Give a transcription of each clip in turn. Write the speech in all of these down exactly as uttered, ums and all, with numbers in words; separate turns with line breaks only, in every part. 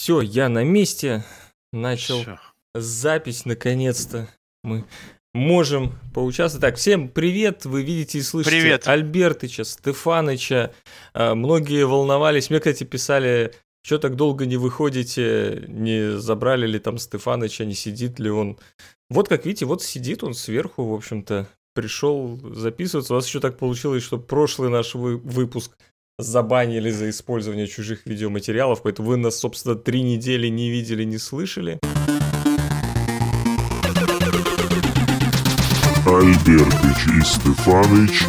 Все, я на месте. Начал
Всё.
запись, наконец-то. Мы можем поучаствовать. Так, всем привет. Вы видите и слышите
Привет.
Альбертыча, Стефаныча. А, Многие волновались. Мне, кстати, писали, что так долго не выходите, не забрали ли там Стефаныча, не сидит ли он. Вот как видите, вот сидит он сверху, в общем-то. Пришел записываться. У вас еще так получилось, что прошлый наш вы- выпуск забанили за использование чужих видеоматериалов, поэтому вы нас, собственно, три недели не видели, не слышали.
Альбертыч и Стефаныч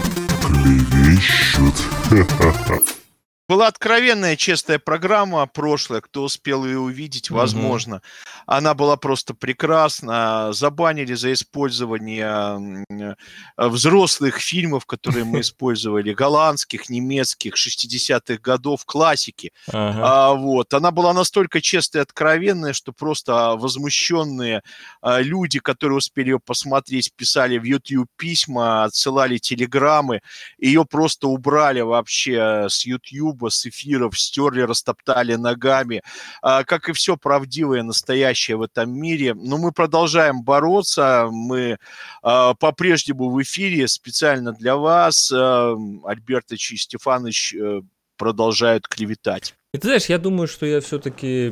клевещут.
Была откровенная, честная программа прошлая, кто успел ее увидеть,
Мгм.
возможно. Она была просто прекрасна. Забанили за использование м, э, взрослых фильмов, которые мы использовали, голландских, немецких, шестидесятых годов, классики.
Ага.
А, вот. Она была настолько честная и откровенная, что просто возмущенные а, люди, которые успели ее посмотреть, писали в YouTube письма, отсылали телеграммы, ее просто убрали вообще с YouTube, с эфиров, стерли, растоптали ногами, а, как и все правдивое, настоящее в этом мире. Но мы продолжаем бороться, мы а, по-прежнему в эфире специально для вас. а, Альбертыч и Стефаныч э, продолжают клеветать.
И ты знаешь, я думаю, что я все-таки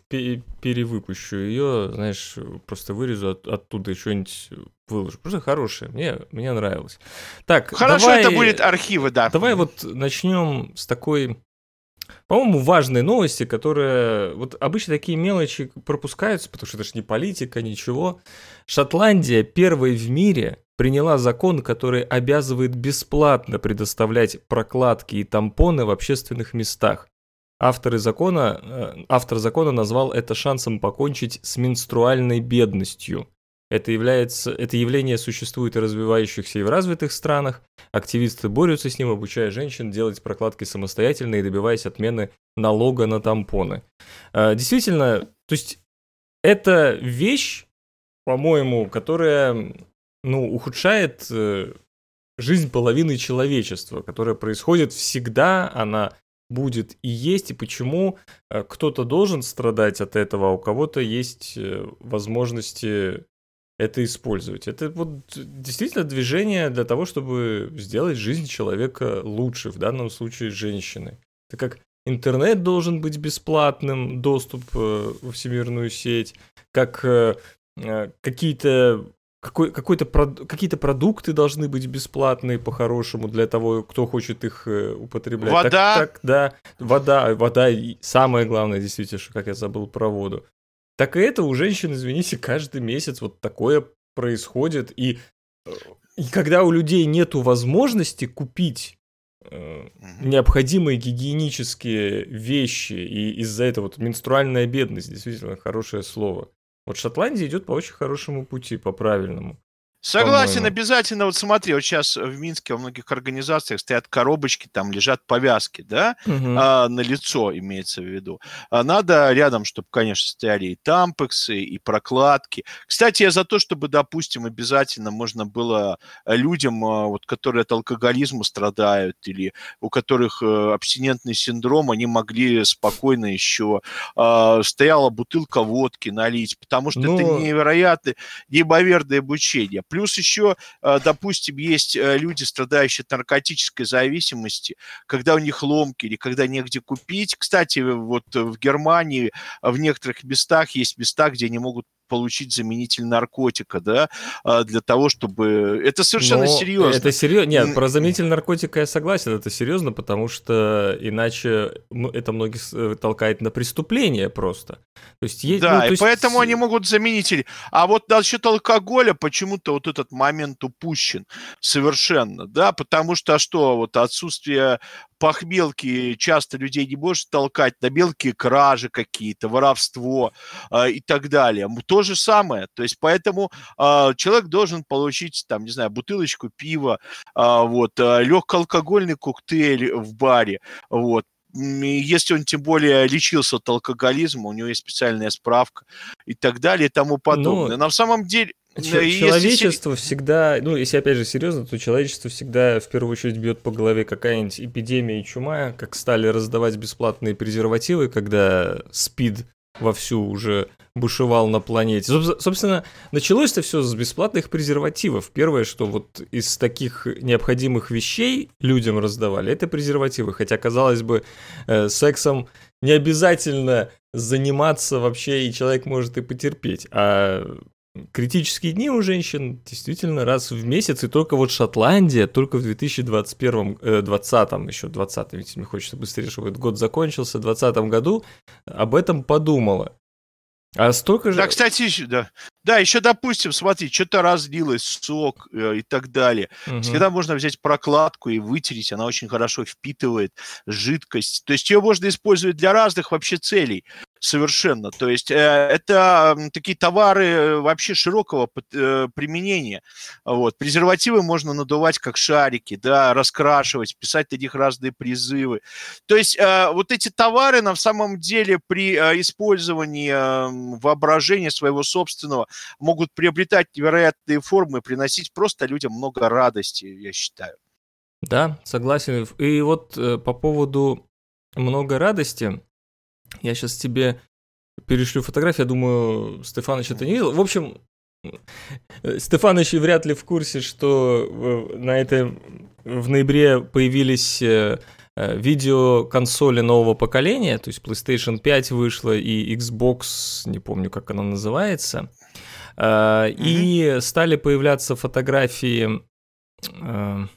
перевыпущу ее, знаешь, просто вырежу от- оттуда и что-нибудь выложу. Просто хорошее, мне, мне нравилось. Так,
Хорошо,
давай,
это будет архивы, да.
давай вот начнем с такой, по-моему, важной новости, которая... Вот обычно такие мелочи пропускаются, потому что это же не политика, ничего. Шотландия первой в мире приняла закон, который обязывает бесплатно предоставлять прокладки и тампоны в общественных местах. Авторы закона, э, автор закона назвал это шансом покончить с менструальной бедностью. Это, является, это явление существует и развивающихся, и в развитых странах. Активисты борются с ним, обучая женщин делать прокладки самостоятельно и добиваясь отмены налога на тампоны. Э, Действительно, то есть это вещь, по-моему, которая, ну, ухудшает э, жизнь половины человечества, которая происходит всегда, она будет и есть, и почему э, кто-то должен страдать от этого, а у кого-то есть э, возможности это использовать. Это вот действительно движение для того, чтобы сделать жизнь человека лучше, в данном случае женщины. Это как интернет должен быть бесплатным, доступ э, во всемирную сеть, как э, э, какие-то какой, какой-то прод- какие-то продукты должны быть бесплатные по-хорошему для того, кто хочет их э, употреблять.
Вода.
Так, так, да, вода, вода, и самое главное, действительно, что, как я забыл про воду. Так и это у женщин, извините, каждый месяц вот такое происходит. И, э, и когда у людей нету возможности купить э,
Мгм.
необходимые гигиенические вещи, и из-за этого вот менструальная бедность, действительно хорошее слово. Вот Шотландия идет по очень хорошему пути, по правильному.
Согласен,
По-моему.
обязательно. Вот смотри, вот сейчас в Минске во многих организациях стоят коробочки, там лежат повязки, да,
Мгм.
а, на лицо имеется в виду. А надо рядом, чтобы, конечно, стояли и тампексы, и прокладки. Кстати, я за то, чтобы, допустим, обязательно можно было людям, а, вот, которые от алкоголизма страдают или у которых э, абстинентный синдром, они могли спокойно еще а, стояла бутылка водки налить, потому что это
Но
невероятно неимоверное обучение. Плюс еще, э, допустим, есть э, люди, страдающие от наркотической зависимости, когда у них ломки или когда негде купить. Кстати, вот в Германии в некоторых местах есть места, где они могут получить заменитель наркотика, да, а, для того, чтобы... Это совершенно
Но это
серьезно.
серьезно. Нет,
М,
про заменитель наркотика я согласен, это серьезно, потому что иначе ну, это многих э, толкает на преступление просто. То есть, есть, ну,
Да,
то
и
есть,
поэтому они могут заменитель. А вот насчет алкоголя почему-то вот этот момент упущен совершенно, да, потому что а что, вот отсутствие похмелки часто людей не может толкать на мелкие кражи какие-то, воровство а, и так далее. М, То же самое. То есть поэтому а, человек должен получить, там, не знаю, бутылочку пива, а, вот, а, легкоалкогольный коктейль в баре, вот. М, и Если он тем более лечился от алкоголизма, у него есть специальная справка и так далее и тому
ну,
подобное. Но в самом деле,
Че-
э, если... сери-
человечество всегда, ну, если опять же серьезно, то человечество всегда в первую очередь бьет по голове какая-нибудь эпидемия и чума, как стали раздавать бесплатные презервативы, когда СПИД вовсю уже бушевал на планете. Собственно, началось это все с бесплатных презервативов. Первое, что вот из таких необходимых вещей людям раздавали, это презервативы. Хотя, казалось бы, э, сексом не обязательно заниматься вообще, и человек может и потерпеть. А критические дни у женщин действительно раз в месяц, и только вот Шотландия только в две тысячи двадцать первом, э, двадцатом, еще двадцатом, ведь мне хочется быстрее, чтобы этот год закончился, в двадцатом году об этом подумала. А столько же...
Да, кстати, еще, да. Да, еще, допустим, смотри, что-то разлилось, сок э, и так далее.
Угу.
Всегда можно взять прокладку и вытереть, она очень хорошо впитывает жидкость. То есть ее можно использовать для разных вообще целей. Совершенно. То есть э, это э, такие товары вообще широкого э, применения. Вот. Презервативы можно надувать как шарики, да, раскрашивать, писать на них разные призывы. То есть э, вот эти товары на самом деле при э, использовании э, воображения своего собственного могут приобретать невероятные формы, приносить просто людям много радости, я считаю.
Да, согласен. И вот э, по поводу много радости... Я сейчас тебе перешлю фотографию, я думаю, Стефаныч это не видел. В общем, Стефаныч вряд ли в курсе, что на это в ноябре появились видеоконсоли нового поколения, то есть PlayStation пять вышла и Xbox, не помню, как она называется, mm-hmm. и стали появляться фотографии, ну,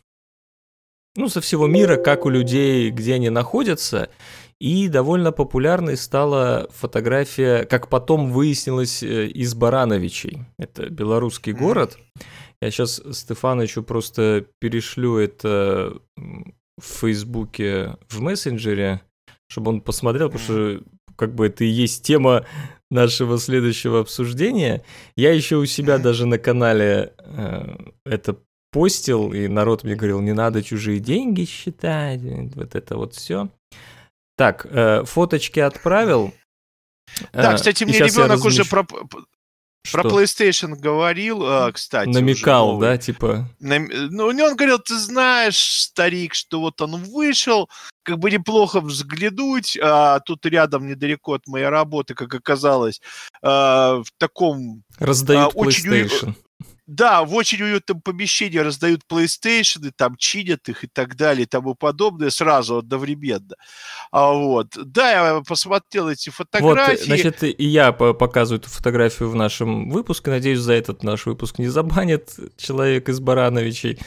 со всего мира, как у людей, где они находятся. И довольно популярной стала фотография, как потом выяснилось, из Барановичей. Это белорусский город. Я сейчас Стефанычу просто перешлю это в Фейсбуке, в мессенджере, чтобы он посмотрел, потому что как бы это и есть тема нашего следующего обсуждения. Я еще у себя даже на канале э, это постил, и народ мне говорил, не надо чужие деньги считать, вот это вот все. Так, э, фоточки отправил.
Да, кстати, мне ребенок уже про, про PlayStation говорил, э, кстати.
Намекал, да, типа?
Нам... Ну, он говорил, ты знаешь, старик, что вот он вышел, как бы неплохо взглянуть, а тут рядом, недалеко от моей работы, как оказалось, э, в таком...
Раздают
э, очень...
PlayStation.
Да, в очень уютном помещении раздают PlayStation, там чинят их и так далее и тому подобное сразу одновременно. А вот. Да, я посмотрел эти фотографии.
Вот, значит, и я показываю эту фотографию в нашем выпуске. Надеюсь, за этот наш выпуск не забанит человек из Барановичей.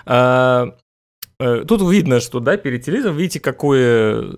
А, тут видно, что, да, перед телевизором, видите, какое...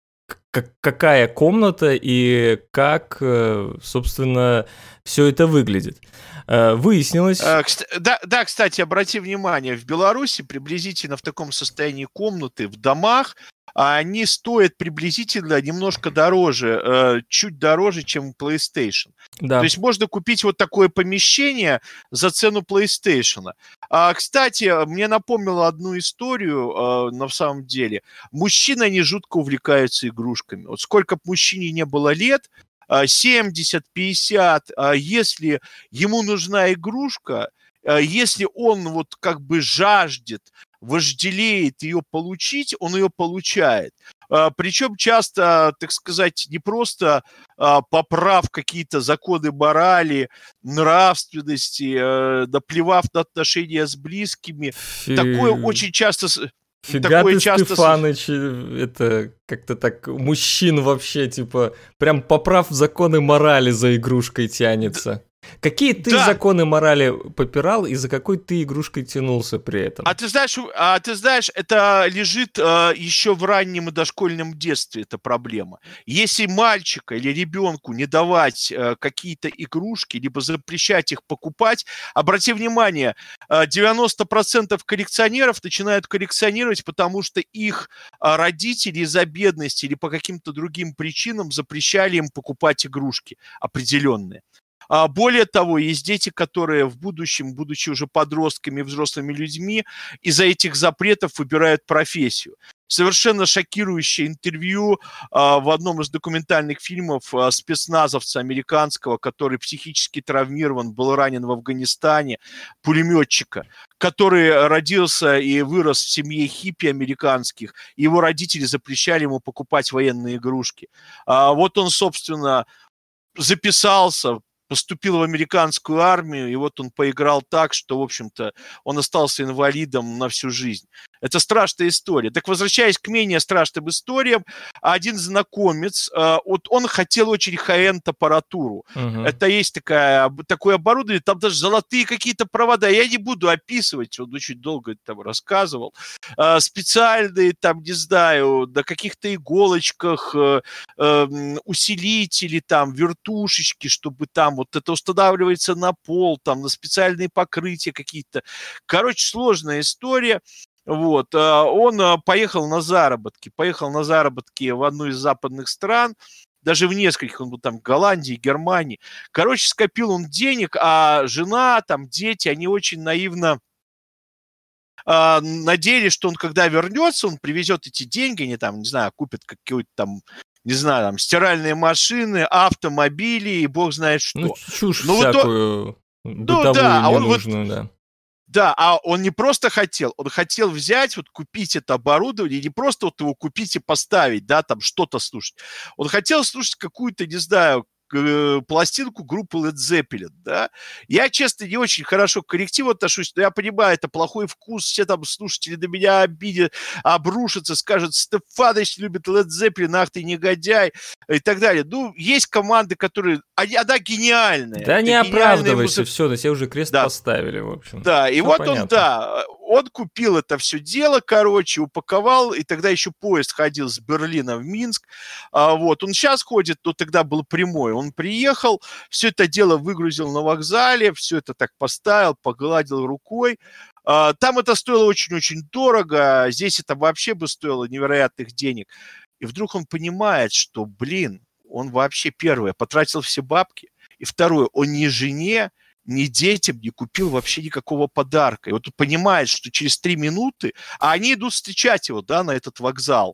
какая комната и как, собственно, все это выглядит. Выяснилось...
Да, да, кстати, обрати внимание, в Беларуси приблизительно в таком состоянии комнаты в домах они стоят приблизительно немножко дороже, чуть дороже, чем PlayStation. Да. То есть можно купить вот такое помещение за цену PlayStation. А, кстати, мне напомнило одну историю, на самом деле. Мужчины, они жутко увлекаются игрушками. Вот сколько бы мужчине не было лет, семьдесят, пятьдесят, если ему нужна игрушка, если он вот как бы жаждет, вожделеет ее получить, он ее получает. Причем часто, так сказать, не просто поправ какие-то законы морали, нравственности, наплевав на отношения с близкими. Фи... Такое очень часто...
Фига Такое ты, часто... Стефаныч, это как-то так мужчин вообще, типа, прям поправ законы морали за игрушкой тянется. Какие ты да. законы морали попирал и за какой ты игрушкой тянулся при этом?
А ты знаешь, а ты знаешь, это лежит а, еще в раннем и дошкольном детстве, эта проблема. Если мальчика или ребенку не давать а, какие-то игрушки, либо запрещать их покупать, обрати внимание, а, девяносто процентов коллекционеров начинают коллекционировать, потому что их а, родители из-за бедности или по каким-то другим причинам запрещали им покупать игрушки определенные. А более того, есть дети, которые в будущем, будучи уже подростками и взрослыми людьми, из-за этих запретов выбирают профессию. Совершенно шокирующее интервью а, в одном из документальных фильмов а, спецназовца американского, который психически травмирован, был ранен в Афганистане, пулеметчика, который родился и вырос в семье хиппи американских, и его родители запрещали ему покупать военные игрушки. А, вот он, собственно... записался, поступил в американскую армию, и вот он поиграл так, что, в общем-то, он остался инвалидом на всю жизнь. Это страшная история. Так, возвращаясь к менее страшным историям, один знакомец, вот он хотел очень хай-энд аппаратуру. Uh-huh. Это есть такая, такое оборудование, там даже золотые какие-то провода. Я не буду описывать, он очень долго там рассказывал. Специальные, там, не знаю, на каких-то иголочках, усилители, там, вертушечки, чтобы там вот это устанавливается на пол, там, на специальные покрытия какие-то. Короче, сложная история. Вот, он поехал на заработки, поехал на заработки в одну из западных стран, даже в нескольких, он был там в Голландии, Германии. Короче, скопил он денег, а жена, там, дети, они очень наивно э, надеялись, что он, когда вернется, он привезет эти деньги, они там, не знаю, купят какие-то там, не знаю, там, стиральные машины, автомобили и бог знает что.
Ну, чушь
Но
всякую,
то...
бытовую,
ну, да, а он
ненужную,
вот...
да.
Да, а он не просто хотел, он хотел взять, вот купить это оборудование, не просто вот его купить и поставить, да, там что-то слушать. Он хотел слушать какую-то, не знаю, пластинку группы Led Zeppelin, да. Я, честно, не очень хорошо к коллективу отношусь, но я понимаю, это плохой вкус, все там слушатели на меня обидят, обрушатся, скажут, Стефаныч любит Led Zeppelin, ах ты негодяй, и так далее. Ну, есть команды, которые, они, она гениальная.
Да не оправдывайся,
музыка.
Все, на себя уже крест
да.
поставили, в общем.
Да, и
Всё
вот
понятно.
он, да, он купил это все дело, короче, упаковал, и тогда еще поезд ходил с Берлина в Минск, а, вот, он сейчас ходит, но тогда был прямой, он приехал, все это дело выгрузил на вокзале, все это так поставил, погладил рукой, а, там это стоило очень-очень дорого, здесь это вообще бы стоило невероятных денег, и вдруг он понимает, что, блин, он вообще, первое, потратил все бабки, и второе, он ни жене, ни детям не купил вообще никакого подарка. И вот он понимает, что через три минуты, а они идут встречать его, да, на этот вокзал,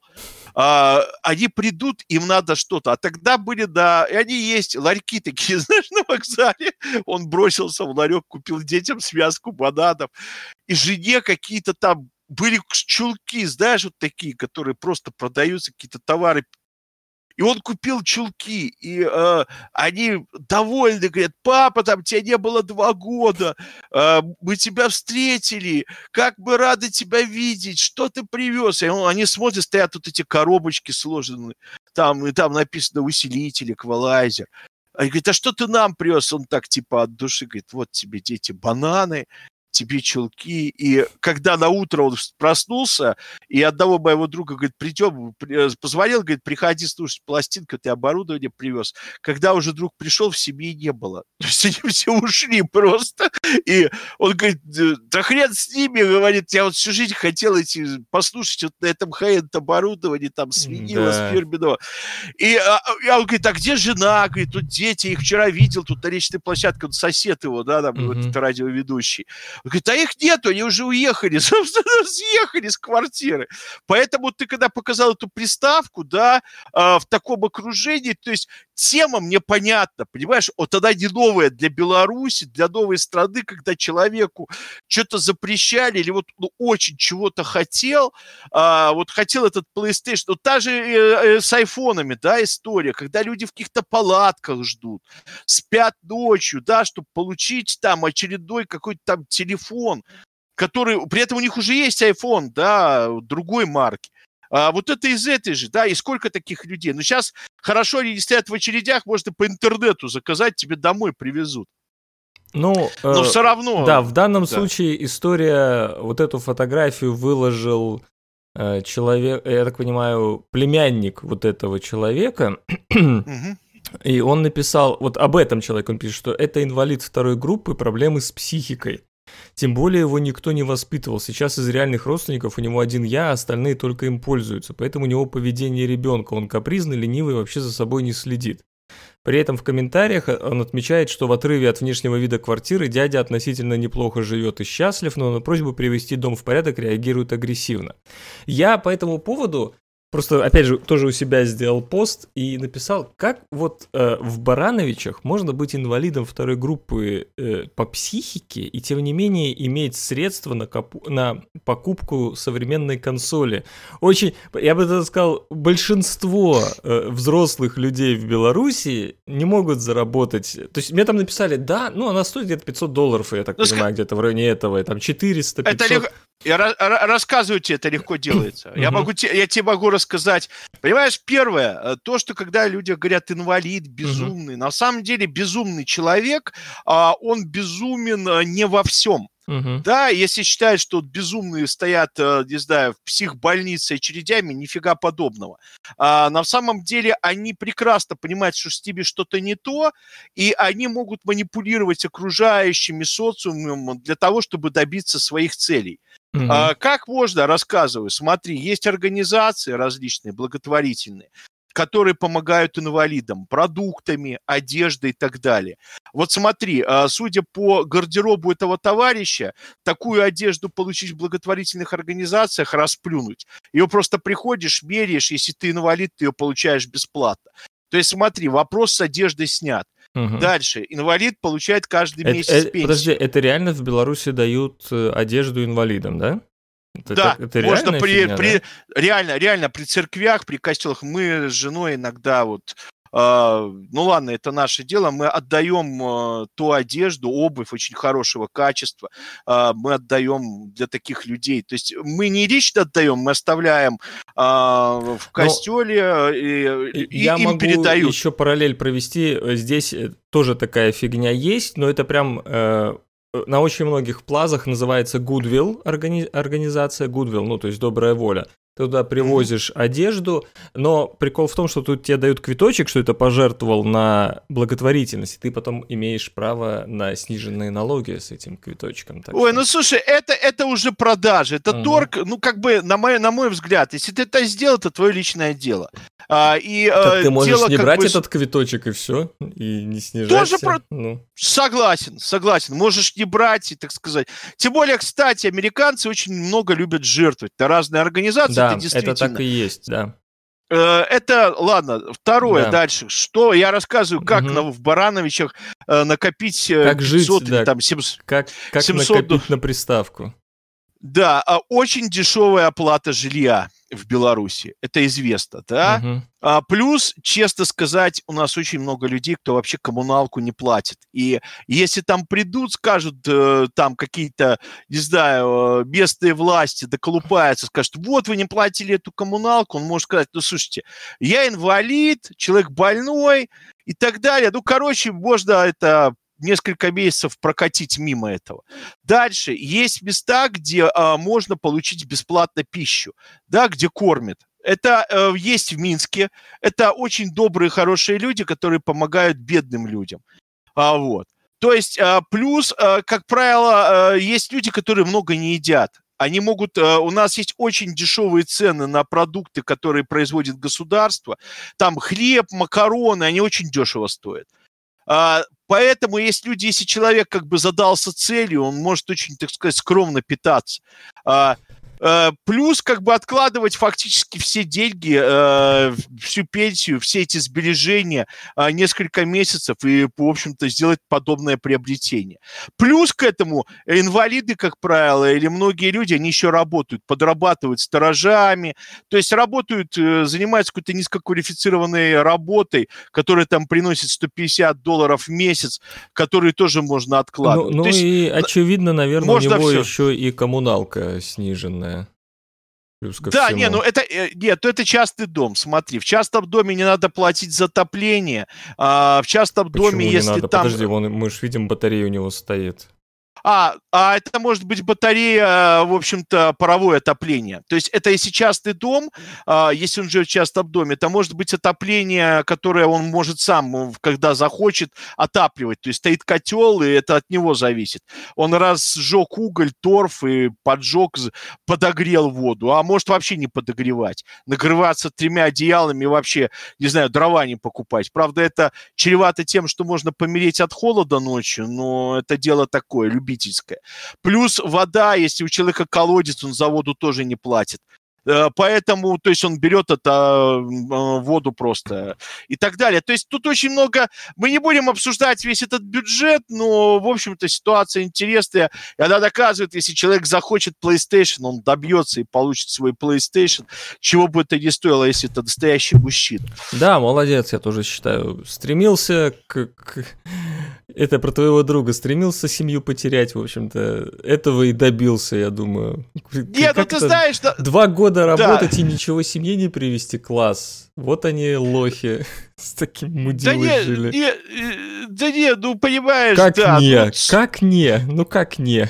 а, они придут, им надо что-то. А тогда были, да, и они есть ларьки такие, знаешь, на вокзале. Он бросился в ларек, купил детям связку бананов. И жене какие-то там были чулки, знаешь, вот такие, которые просто продаются, какие-то товары. И он купил чулки, и э, они довольны, говорят, папа, там тебя не было два года, э, мы тебя встретили, как мы рады тебя видеть, что ты привез? И он, они смотрят, стоят тут эти коробочки сложенные, там, и там написано усилитель, эквалайзер. Они говорят, а что ты нам привез? Он так типа от души говорит, вот тебе, дети, бананы, тебе чулки. И когда на утро он проснулся, и одного моего друга, говорит, придем, позвонил, говорит, приходи слушать пластинку, ты оборудование привез. Когда уже друг пришел, в семье не было. То есть они все ушли просто. И он говорит, да хрен с ними, говорит, я вот всю жизнь хотел эти, послушать вот на этом хай-энд оборудовании, там, с винила, да. с фирменного. И а, он говорит, а где жена? Говорит, тут дети, их вчера видел, тут на личной площадке, он сосед его, да, там, mm-hmm. вот, радиоведущий. Он говорит, а их нету, они уже уехали, собственно, съехали с квартиры. Поэтому ты, когда показал эту приставку, да, э, в таком окружении, то есть тема мне понятна, понимаешь, вот она не новая для Беларуси, для новой страны, когда человеку что-то запрещали или вот ну, очень чего-то хотел, э, вот хотел этот PlayStation, ну, та же э, э, с айфонами, да, история, когда люди в каких-то палатках ждут, спят ночью, да, чтобы получить там очередной какой-то там телефон, телефон, который, при этом у них уже есть iPhone, да, другой марки. А вот это из этой же, да, и сколько таких людей. Но сейчас хорошо они не стоят в очередях, можно по интернету заказать, тебе домой привезут.
Ну,
но
э,
все равно.
Да, в данном
да.
случае история, вот эту фотографию выложил э, человек, я так понимаю, племянник вот этого человека.
Угу.
И он написал, вот об этом человек, он пишет, что это инвалид второй группы, проблемы с психикой. Тем более его никто не воспитывал. Сейчас из реальных родственников у него один я, а остальные только им пользуются. Поэтому у него поведение ребенка. Он капризный, ленивый, вообще за собой не следит. При этом в комментариях он отмечает, что в отрыве от внешнего вида квартиры дядя относительно неплохо живет и счастлив, но на просьбу привести дом в порядок реагирует агрессивно. Я по этому поводу просто, опять же, тоже у себя сделал пост и написал, как вот э, в Барановичах можно быть инвалидом второй группы э, по психике и, тем не менее, иметь средства на, копу- на покупку современной консоли. Очень, я бы даже сказал, большинство э, взрослых людей в Беларуси не могут заработать. То есть мне там написали, да, ну она стоит где-то пятьсот долларов, я так ну, понимаю, ск... где-то в районе этого, и там четыреста пятьсот.
Это лег... Я ra- рассказываю тебе, это легко делается. Я, могу те... я тебе могу рассказать. Понимаешь, первое, то, что когда люди говорят инвалид, безумный, на самом деле безумный человек, он безумен не во всем. Uh-huh. Да, если считают, что безумные стоят, не знаю, в психбольнице очередями, нифига подобного. А на самом деле они прекрасно понимают, что с тебе что-то не то, и они могут манипулировать окружающими социумом для того, чтобы добиться своих целей. Uh-huh. А, как можно, рассказываю, смотри, есть организации различные, благотворительные, которые помогают инвалидам продуктами, одеждой и так далее. Вот смотри, судя по гардеробу этого товарища, такую одежду получить в благотворительных организациях, расплюнуть. Ее просто приходишь, меряешь, если ты инвалид, ты ее получаешь бесплатно. То есть смотри, вопрос с одеждой снят. Угу. Дальше. Инвалид получает каждый это, месяц
это,
пенсию.
Подожди, это реально в Беларуси дают одежду инвалидам, да? Это,
да,
это
можно при,
фигня,
при
да?
реально, реально при церквях, при костелах мы с женой иногда вот, э, ну ладно, это наше дело, мы отдаем э, ту одежду, обувь очень хорошего качества, э, мы отдаем для таких людей. То есть мы не лично отдаем, мы оставляем э, в костеле Но и, и
я
им
могу
передают.
Еще параллель провести. Здесь тоже такая фигня есть, но это прям э, на очень многих плазах называется Goodwill органи- организация, Goodwill, ну то есть добрая воля. Ты туда привозишь mm-hmm. одежду, но прикол в том, что тут тебе дают квиточек, что это пожертвовал на благотворительность, и ты потом имеешь право на сниженные налоги с этим квиточком. Так
Ой,
что...
ну слушай, это, это уже продажи, это mm-hmm. торг, ну как бы, на мой, на мой взгляд, если ты это сделал, это твое личное дело. А, и,
так ты можешь
дело,
не брать
бы...
этот квиточек и все, и не снижать.
Тоже про...
ну.
Согласен, согласен. Можешь не брать, и, так сказать. Тем более, кстати, американцы очень много любят жертвовать на разные организации.
Да,
это, действительно...
это так и есть, да.
Это, ладно, второе,
да.
дальше. Что я рассказываю, как
угу.
на, в Барановичах накопить
как
пятьсот
жить,
или
да.
там семьсот.
Как, как
семьсот...
накопить на приставку.
Да, очень дешевая оплата жилья в Беларуси, это известно, да.
Угу.
А, плюс, честно сказать, у нас очень много людей, кто вообще коммуналку не платит. И если там придут, скажут э, там какие-то, не знаю, местные власти, доколупаются, скажут, вот вы не платили эту коммуналку, он может сказать, ну слушайте, я инвалид, человек больной и так далее. Ну, короче, можно это... несколько месяцев прокатить мимо этого. Дальше. Есть места, где а, можно получить бесплатно пищу, да, где кормят. Это а, есть в Минске. Это очень добрые, хорошие люди, которые помогают бедным людям. А, вот. То есть, а, плюс, а, как правило, а, есть люди, которые много не едят. Они могут... А, у нас есть очень дешевые цены на продукты, которые производит государство. Там хлеб, макароны, они очень дешево стоят. А, поэтому есть люди, если человек как бы задался целью, он может очень, так сказать, скромно питаться. А, а, плюс как бы откладывать фактически все деньги, а, всю пенсию, все эти сбережения а, несколько месяцев и, в общем-то, сделать подобное приобретение. Плюс к этому инвалиды, как правило, или многие люди, они еще работают, подрабатывают сторожами, то есть работают, занимаются какой-то низкоквалифицированной работой, которая там приносит сто пятьдесят долларов в месяц, которые тоже можно откладывать.
Ну, ну
есть,
и очевидно, наверное, у него
все.
еще и коммуналка сниженная. Плюс ко
да,
всему.
не, ну это, нет, это частный дом, смотри, в частном доме не надо платить за отопление, а в частном
Почему
доме,
не
если
надо?
там...
Подожди, вон, мы же видим, батарея у него стоит.
А, а это может быть батарея, в общем-то, паровое отопление. То есть это если частный дом, а, если он живет в частном доме, это может быть отопление, которое он может сам, когда захочет, отапливать. То есть стоит котел, и это от него зависит. Он раз сжег уголь, торф и поджег, подогрел воду, а может вообще не подогревать. Нагреваться тремя одеялами и вообще, не знаю, дрова не покупать. Правда, это чревато тем, что можно помереть от холода ночью, но это дело такое, любительское. Плюс вода, если у человека колодец, он за воду тоже не платит. Поэтому, то есть он берет это воду просто и так далее. То есть тут очень много... Мы не будем обсуждать весь этот бюджет, но, в общем-то, ситуация интересная. И она доказывает, если человек захочет PlayStation, он добьется и получит свой PlayStation, чего бы это ни стоило, если это настоящий мужчина.
Да, молодец, я тоже считаю. Стремился к... к... Это про твоего друга. Стремился семью потерять, в общем-то. Этого и добился, я думаю.
Нет, ну ты знаешь... Что...
Два года работать
да.
и ничего семье не привести. Класс. Вот они лохи. С таким мудилой
да
жили.
Не, да не, ну понимаешь...
Как
да,
не?
Ну...
Как не? Ну как не?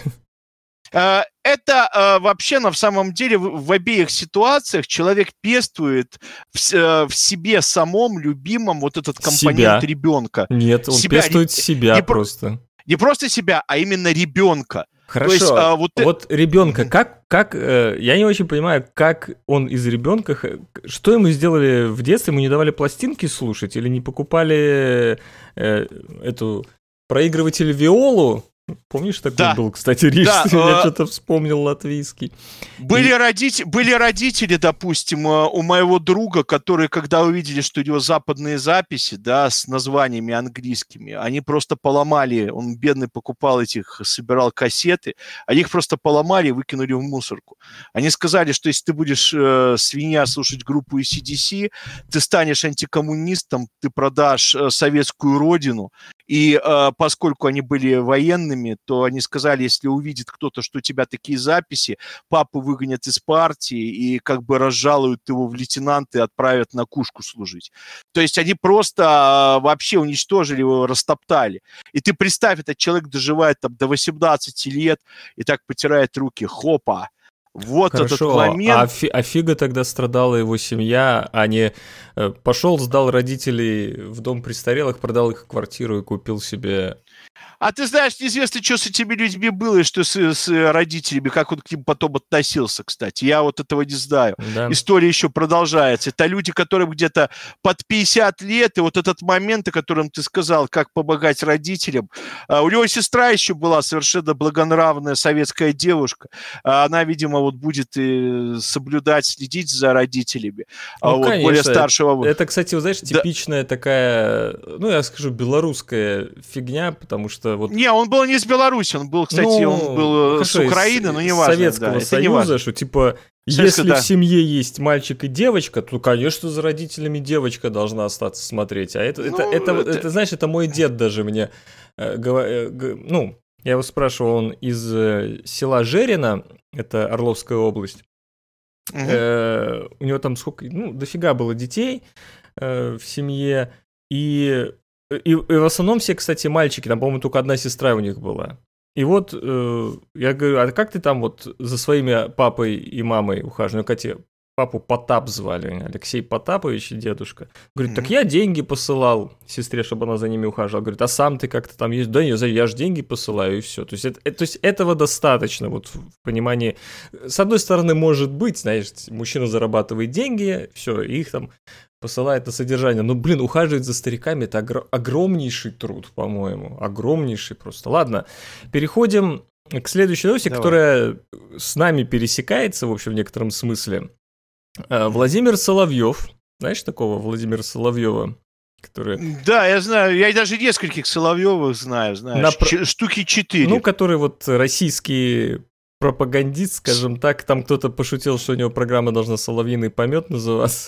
Это вообще на самом деле в обеих ситуациях человек пестует в, в себе самом любимом вот этот компонент себя. Ребенка.
Нет, он себя. пестует себя не, просто.
Не просто себя, а именно ребенка.
Хорошо, есть, а, вот, вот ребенка, как, как, э, я не очень понимаю, как он из ребенка, что ему сделали в детстве, ему не давали пластинки слушать или не покупали э, эту проигрыватель виолу? Помнишь, такой да. был, кстати, рижский, да, я а... что-то вспомнил латвийский.
Были, и... родители, были родители, допустим, у моего друга, которые, когда увидели, что у него западные записи, да, с названиями английскими, они просто поломали, он бедный покупал этих, собирал кассеты, они их просто поломали и выкинули в мусорку. Они сказали, что если ты будешь, э, свинья, слушать группу эй си ди си, ты станешь антикоммунистом, ты продашь э, советскую родину, и э, поскольку они были военными, то они сказали, если увидит кто-то, что у тебя такие записи, папу выгонят из партии и как бы разжалуют его в лейтенанты и отправят на кушку служить. То есть они просто вообще уничтожили его, растоптали. И ты представь, этот человек доживает там до восемнадцати лет и так потирает руки. Хопа! Вот
Хорошо,
этот момент.
А, фи, а фига тогда страдала его семья, а не э, пошел, сдал родителей в дом престарелых, продал их квартиру и купил себе...
А ты знаешь, неизвестно, что с этими людьми было, и что с, с родителями, как он к ним потом относился, кстати. Я вот этого не знаю. Да. История еще продолжается. Это люди, которым где-то под пятьдесят лет, и вот этот момент, о котором ты сказал, как помогать родителям. А, у него сестра еще была совершенно благонравная советская девушка. А, она, видимо, вот будет и соблюдать, следить за родителями.
Ну,
а, вот,
конечно.
Более старшего.
Это, это, кстати, вы знаешь, типичная да. такая, ну, я скажу, белорусская фигня, потому что вот...
Не, он был не из Беларуси, он был, кстати,
ну,
он был
хорошо,
с Украины, но не важно.
Советского
да,
Союза, что типа, Советского, если да. в семье есть мальчик и девочка, то, конечно, за родителями девочка должна остаться смотреть. А это, ну, это, это, это... это, знаешь, это мой дед даже мне, э, э, э, ну, я его спрашивал, он из э, села Жерина, это Орловская область, угу. э, у него там сколько, ну, дофига было детей э, в семье, и... И, и в основном все, кстати, мальчики, там, по-моему, только одна сестра у них была. И вот э, я говорю, а как ты там вот за своими папой и мамой ухаживаешь? Ну, кстати, папу Потап звали, Алексей Потапович, дедушка. Говорит, mm-hmm. так я деньги посылал сестре, чтобы она за ними ухаживала. Говорит, а сам ты как-то там есть? Да нет, я же деньги посылаю, и все. То есть, это, то есть этого достаточно, вот в понимании. С одной стороны, может быть, знаешь, мужчина зарабатывает деньги, все, и их там посылает на содержание. Но, блин, ухаживать за стариками — это огр- огромнейший труд, по-моему. Огромнейший просто. Ладно, переходим к следующей новости, Давай. которая с нами пересекается, в общем, в некотором смысле. Владимир Соловьев. Знаешь такого Владимира Соловьева? Который...
Да, я знаю. Я даже нескольких Соловьевых знаю. знаешь, На... Ч- штуки четыре.
Ну, который вот российский... пропагандист, скажем так, там кто-то пошутил, что у него программа должна «Соловьиный помет» называться.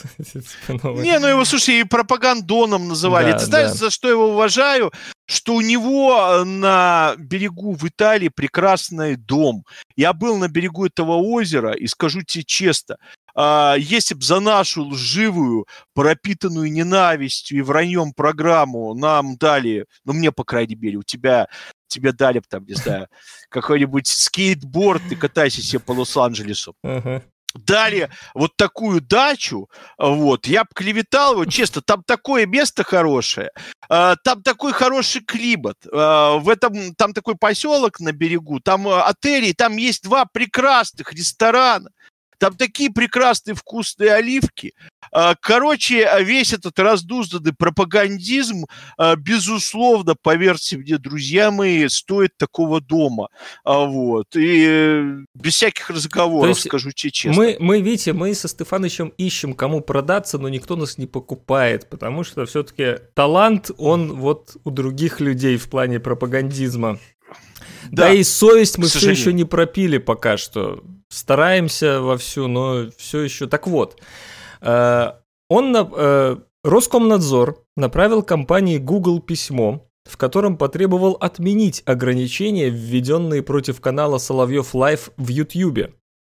Не, ну его, слушай, и пропагандоном называли. Да, Ты знаешь, да. за что я его уважаю? Что у него на берегу в Италии прекрасный дом. Я был на берегу этого озера, и скажу тебе честно, если бы за нашу лживую, пропитанную ненавистью и враньем программу нам дали, ну мне, по крайней мере, у тебя... тебе дали бы там, не знаю, какой-нибудь скейтборд, ты катайся себе по Лос-Анджелесу. Uh-huh. Дали вот такую дачу, вот, я бы клеветал его, честно, там такое место хорошее, там такой хороший климат, в этом, там такой поселок на берегу, там отели, там есть два прекрасных ресторана. Там такие прекрасные вкусные оливки. Короче, весь этот раздузданный пропагандизм, безусловно, поверьте мне, друзья мои, стоит такого дома. Вот. И без всяких разговоров, скажу тебе честно.
Мы, мы, видите, мы со Стефанычем ищем, кому продаться, но никто нас не покупает, потому что все-таки талант, он вот у других людей в плане пропагандизма. Да, да и совесть мы все еще не пропили пока что. Стараемся вовсю, но все еще... Так вот, э, он, э, Роскомнадзор направил компании Google письмо, в котором потребовал отменить ограничения, введенные против канала Соловьев Лайв в Ютьюбе.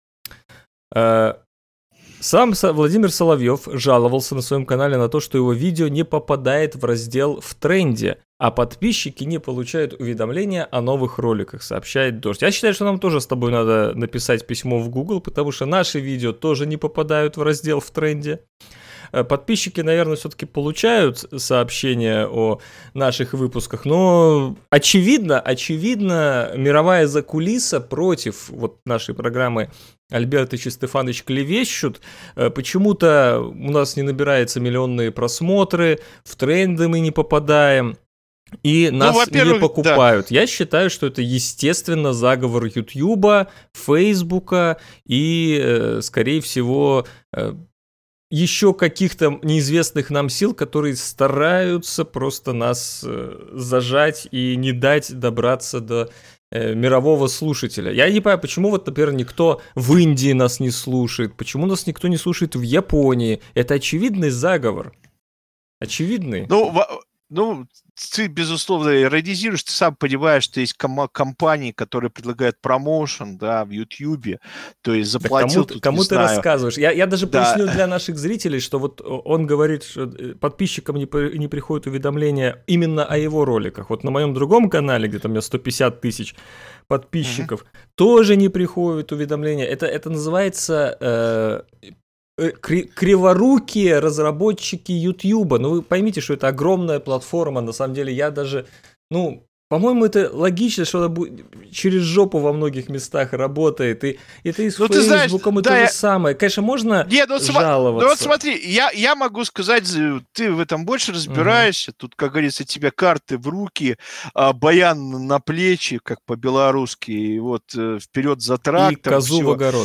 Э, сам Владимир Соловьев жаловался на своем канале на то, что его видео не попадает в раздел «В тренде», а подписчики не получают уведомления о новых роликах, сообщает Дождь. Я считаю, что нам тоже с тобой надо написать письмо в Google, потому что наши видео тоже не попадают в раздел «В тренде». Подписчики, наверное, все-таки получают сообщения о наших выпусках, но очевидно, очевидно, мировая закулиса против вот нашей программы Альбертыч и Стефаныч клевещут. Почему-то у нас не набираются миллионные просмотры, в тренды мы не попадаем. И нас ну, не покупают. Да. Я считаю, что это, естественно, заговор Ютьюба, Фейсбука и, скорее всего, еще каких-то неизвестных нам сил, которые стараются просто нас зажать и не дать добраться до мирового слушателя. Я не понимаю, почему вот, например, никто в Индии нас не слушает, почему нас никто не слушает в Японии. Это очевидный заговор. Очевидный.
Ну, Ну, ты, безусловно, иронизируешь, ты сам понимаешь, что есть ком- компании, которые предлагают промоушен, да, в Ютьюбе, то есть заплатил,
кому, кому ты
знаю.
рассказываешь? Я, я даже
да.
поясню для наших зрителей, что вот он говорит, что подписчикам не, не приходят уведомления именно о его роликах. Вот на моем другом канале, где там у меня сто пятьдесят тысяч подписчиков, uh-huh. тоже не приходят уведомления. Это, это называется... Э, криворукие разработчики Ютьюба. Ну, вы поймите, что это огромная платформа. На самом деле, я даже... Ну, по-моему, это логично, что она через жопу во многих местах работает. И это и с ну, Фейсбуком и да, то я... же самое. Конечно, можно Нет, ну, жаловаться.
Ну, вот смотри, я, я могу сказать, ты в этом больше разбираешься. Угу. Тут, как говорится, тебе карты в руки, баян на плечи, как по-белорусски, и вот вперед за трактор.
И козу
всё.
в огород.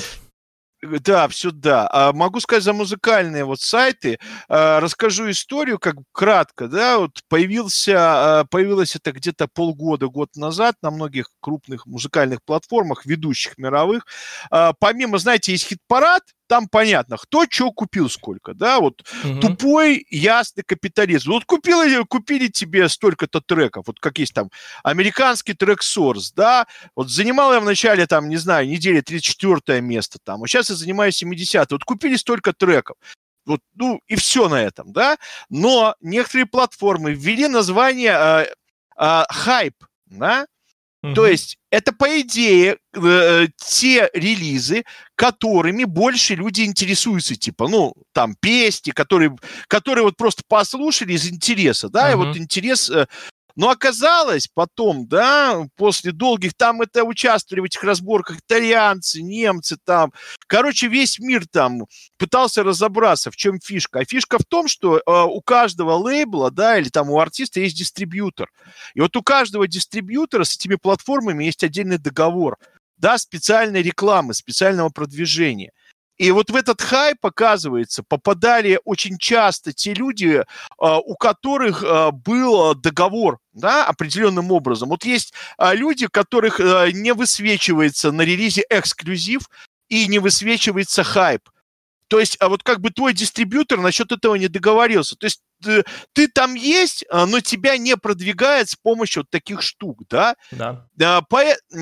Да, все да. А могу сказать за музыкальные вот сайты. А, расскажу историю, как кратко, да, вот появился, появилось это где-то полгода, год назад на многих крупных музыкальных платформах, ведущих мировых. А, помимо, знаете, есть хит-парад, там понятно, кто что купил сколько, да, вот угу. тупой, ясный капитализм. Вот купили, купили тебе столько-то треков, вот как есть там американский трек Source, да, вот занимал я в начале, там, не знаю, недели тридцать четвёртое место, там, а сейчас я занимаю семидесятое, вот купили столько треков. Вот, ну, и все на этом, да, но некоторые платформы ввели название э, э, хайп, да, Uh-huh. То есть это, по идее, э, те релизы, которыми больше люди интересуются, типа, ну, там, песни, которые, которые вот просто послушали из интереса, да, uh-huh. и вот интерес... Э, но оказалось потом, да, после долгих, там это участвовали в этих разборках итальянцы, немцы там, короче, весь мир там пытался разобраться, в чем фишка. А фишка в том, что э, у каждого лейбла, да, или там у артиста есть дистрибьютор. И вот у каждого дистрибьютора с этими платформами есть отдельный договор, да, специальной рекламы, специального продвижения. И вот в этот хайп, оказывается, попадали очень часто те люди, у которых был договор, да, определенным образом. Вот есть люди, у которых не высвечивается на релизе эксклюзив и не высвечивается хайп. То есть, а вот как бы твой дистрибьютор насчет этого не договорился. То есть ты, ты там есть, но тебя не продвигает с помощью вот таких штук, да?
Да.
По,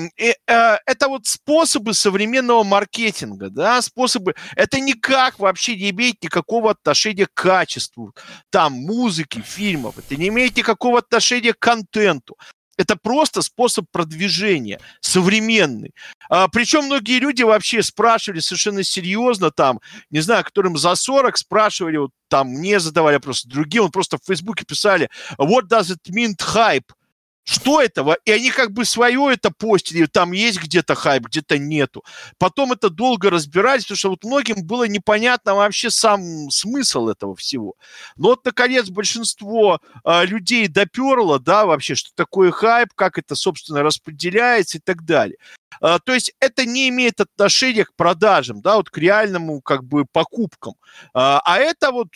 это вот способы современного маркетинга, да, способы. Это никак вообще не имеет никакого отношения к качеству там музыки, фильмов. Это не имеет никакого отношения к контенту. Это просто способ продвижения, современный. А, причем многие люди вообще спрашивали совершенно серьезно, там, не знаю, которым за сорок, спрашивали, вот, там, мне задавали просто другие, он просто в Фейсбуке писали, what does it mean hype? Что этого? И они как бы свое это постили, там есть где-то хайп, где-то нету. Потом это долго разбирались, потому что вот многим было непонятно вообще сам смысл этого всего. Но вот, наконец, большинство э, людей доперло, да, вообще, что такое хайп, как это, собственно, распределяется и так далее. Э, то есть это не имеет отношения к продажам, да, вот к реальному, как бы, покупкам. Э, а это вот...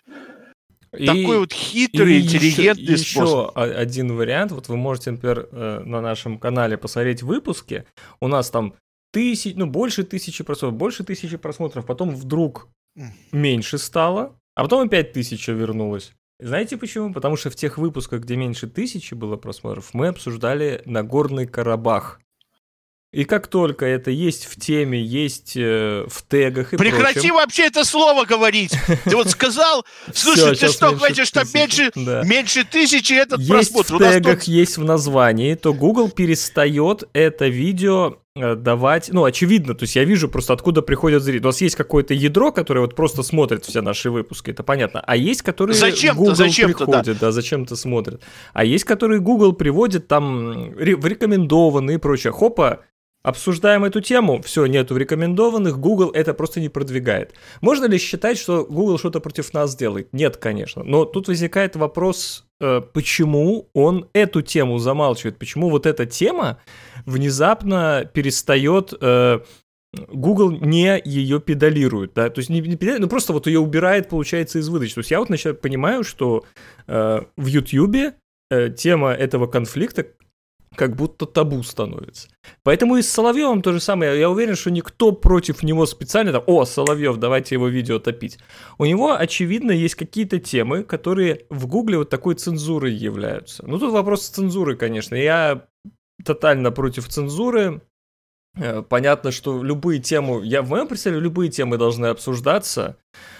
И,
такой вот хитрый,
и
интеллигентный
еще,
способ.
Еще один вариант. Вот вы можете, например, на нашем канале посмотреть выпуски. У нас там тысяч, ну, больше тысячи просмотров, больше тысячи просмотров. Потом вдруг меньше стало, а потом опять тысяча вернулась. Знаете почему? Потому что в тех выпусках, где меньше тысячи было просмотров, мы обсуждали Нагорный Карабах. И как только это есть в теме, есть э, в тегах и
Прекрати
прочем...
вообще это слово говорить! Ты вот сказал, слушай, ты что, хочешь, что меньше, меньше тысячи этот просмотр?
Есть в тегах, есть в названии, то Google перестает это видео давать, ну, очевидно, то есть я вижу просто, откуда приходят зрители. У нас есть какое-то ядро, которое вот просто смотрит все наши выпуски, это понятно, а есть, которые
зачем-то,
Google
зачем-то,
приходит, да. да, зачем-то смотрят, а есть, которые Google приводит там в рекомендованные и прочее. Хопа, обсуждаем эту тему, все, нету в рекомендованных, Google это просто не продвигает. Можно ли считать, что Google что-то против нас делает? Нет, конечно. Но тут возникает вопрос, э, почему он эту тему замалчивает, почему вот эта тема внезапно перестает... Э, Google не ее педалирует, да, то есть не, не педалирует, но просто вот ее убирает, получается, из выдачи. То есть я вот начинаю, понимаю, что э, в YouTube э, тема этого конфликта как будто табу становится. Поэтому и с Соловьевым то же самое. Я уверен, что никто против него специально там, о, Соловьев, давайте его видео топить. У него, очевидно, есть какие-то темы, которые в Гугле вот такой цензурой являются. Ну, тут вопрос цензуры, конечно. Я тотально против цензуры. Понятно, что любые темы, я в моем представлении, любые темы должны обсуждаться.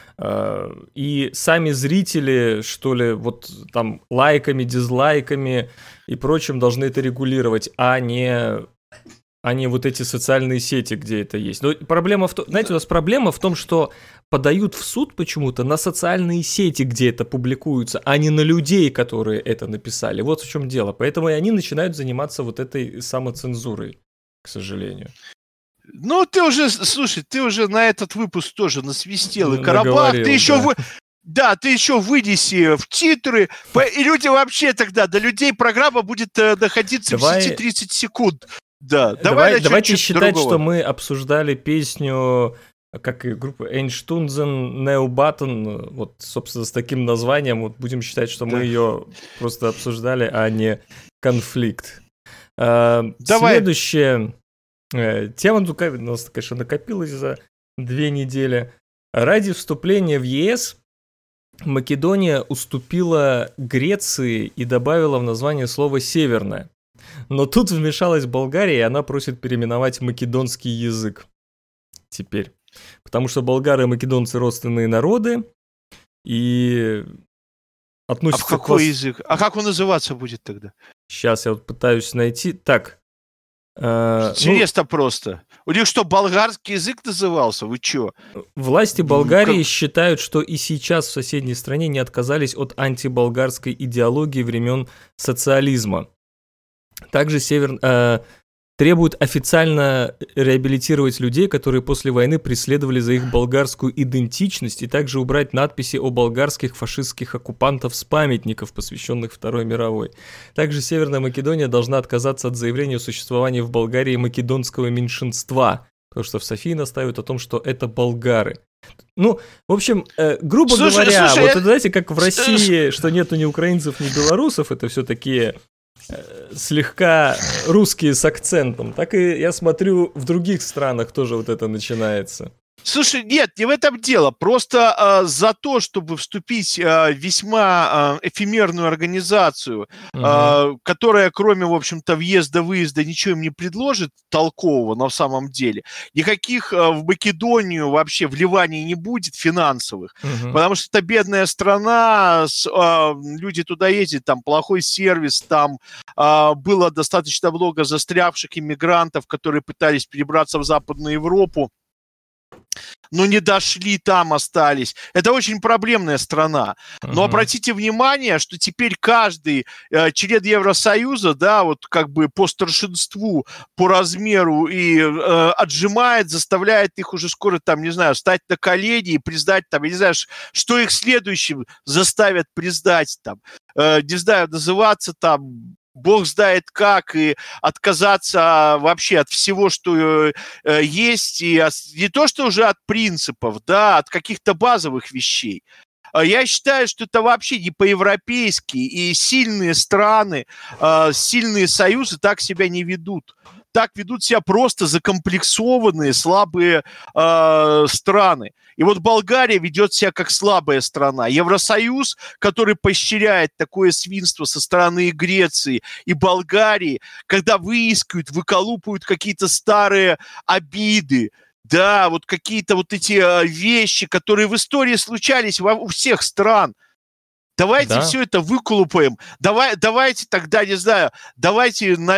И сами зрители, что ли, вот там лайками, дизлайками и прочим должны это регулировать, а не, а не вот эти социальные сети, где это есть. Но проблема в том, знаете, у нас проблема в том, что подают в суд почему-то на социальные сети, где это публикуется, а не на людей, которые это написали. Вот в чем дело. Поэтому и они начинают заниматься вот этой самоцензурой, к сожалению.
Ну, ты уже, слушай, ты уже на этот выпуск тоже насвистел, и Карабах, ты еще...
Да.
Вы... Да, ты еще вынеси в титры, и люди вообще тогда, до людей программа будет находиться давай... в сети тридцать секунд. Да,
давай, давай давайте считать, другого. Что мы обсуждали песню, как и группа Einstürzen, Neo Button, вот, собственно, с таким названием, вот будем считать, что да. мы ее просто обсуждали, а не конфликт. А, следующее... Тема, у нас, конечно, накопилась за две недели. Ради вступления в ЕС Македония уступила Греции и добавила в название слово «северное». Но тут вмешалась Болгария, и она просит переименовать македонский язык теперь. Потому что болгары и македонцы родственные народы, и относятся...
А в какой к... язык? А как он называться будет тогда?
Сейчас я вот пытаюсь найти. Так...
Интересно ну, просто. У них что, болгарский язык назывался? Вы чё?
Власти Болгарии как... считают, что и сейчас в соседней стране не отказались от антиболгарской идеологии времен социализма. Также север... э, требуют официально реабилитировать людей, которые после войны преследовали за их болгарскую идентичность, и также убрать надписи о болгарских фашистских оккупантов с памятников, посвященных Второй мировой. Также Северная Македония должна отказаться от заявления о существовании в Болгарии македонского меньшинства, потому что в Софии настаивают о том, что это болгары. Ну, в общем, э, грубо слушай, говоря, слушай, вот я... знаете, как в России, что нету ни украинцев, ни белорусов, это все такие... слегка русские с акцентом, так и я смотрю, в других странах тоже вот это начинается.
Слушай, нет, не в этом дело. Просто э, за то, чтобы вступить э, в весьма э, эфемерную организацию, угу. э, которая, кроме, в общем-то, въезда-выезда, ничего им не предложит толкового на самом деле, никаких э, в Македонию вообще вливаний не будет финансовых, угу. потому что это бедная страна, с, э, люди туда ездят, там плохой сервис, там э, было достаточно много застрявших иммигрантов, которые пытались перебраться в Западную Европу. но не дошли, там остались. Это очень проблемная страна. Но
Мгм.
обратите внимание, что теперь каждый э, член Евросоюза, да, вот как бы по старшинству, по размеру и э, отжимает, заставляет их уже скоро там, не знаю, встать на колени и признать там, я не знаю, ш- что их следующим заставят признать там, э, не знаю, называться там бог знает как, и отказаться вообще от всего, что э, э, есть, и от- не то, что уже от принципов, да, от каких-то базовых вещей. А Я считаю, что это вообще не по-европейски, и сильные страны, э, сильные союзы так себя не ведут. Так ведут себя просто закомплексованные, слабые э, страны. И вот Болгария ведет себя как слабая страна. Евросоюз, который поощряет такое свинство со стороны Греции и Болгарии, когда выискивают, выколупывают какие-то старые обиды, да, вот какие-то вот эти э, вещи, которые в истории случались во- у всех стран. Давайте
Да.
все это выколупаем. Давай, давайте тогда, не знаю, давайте на,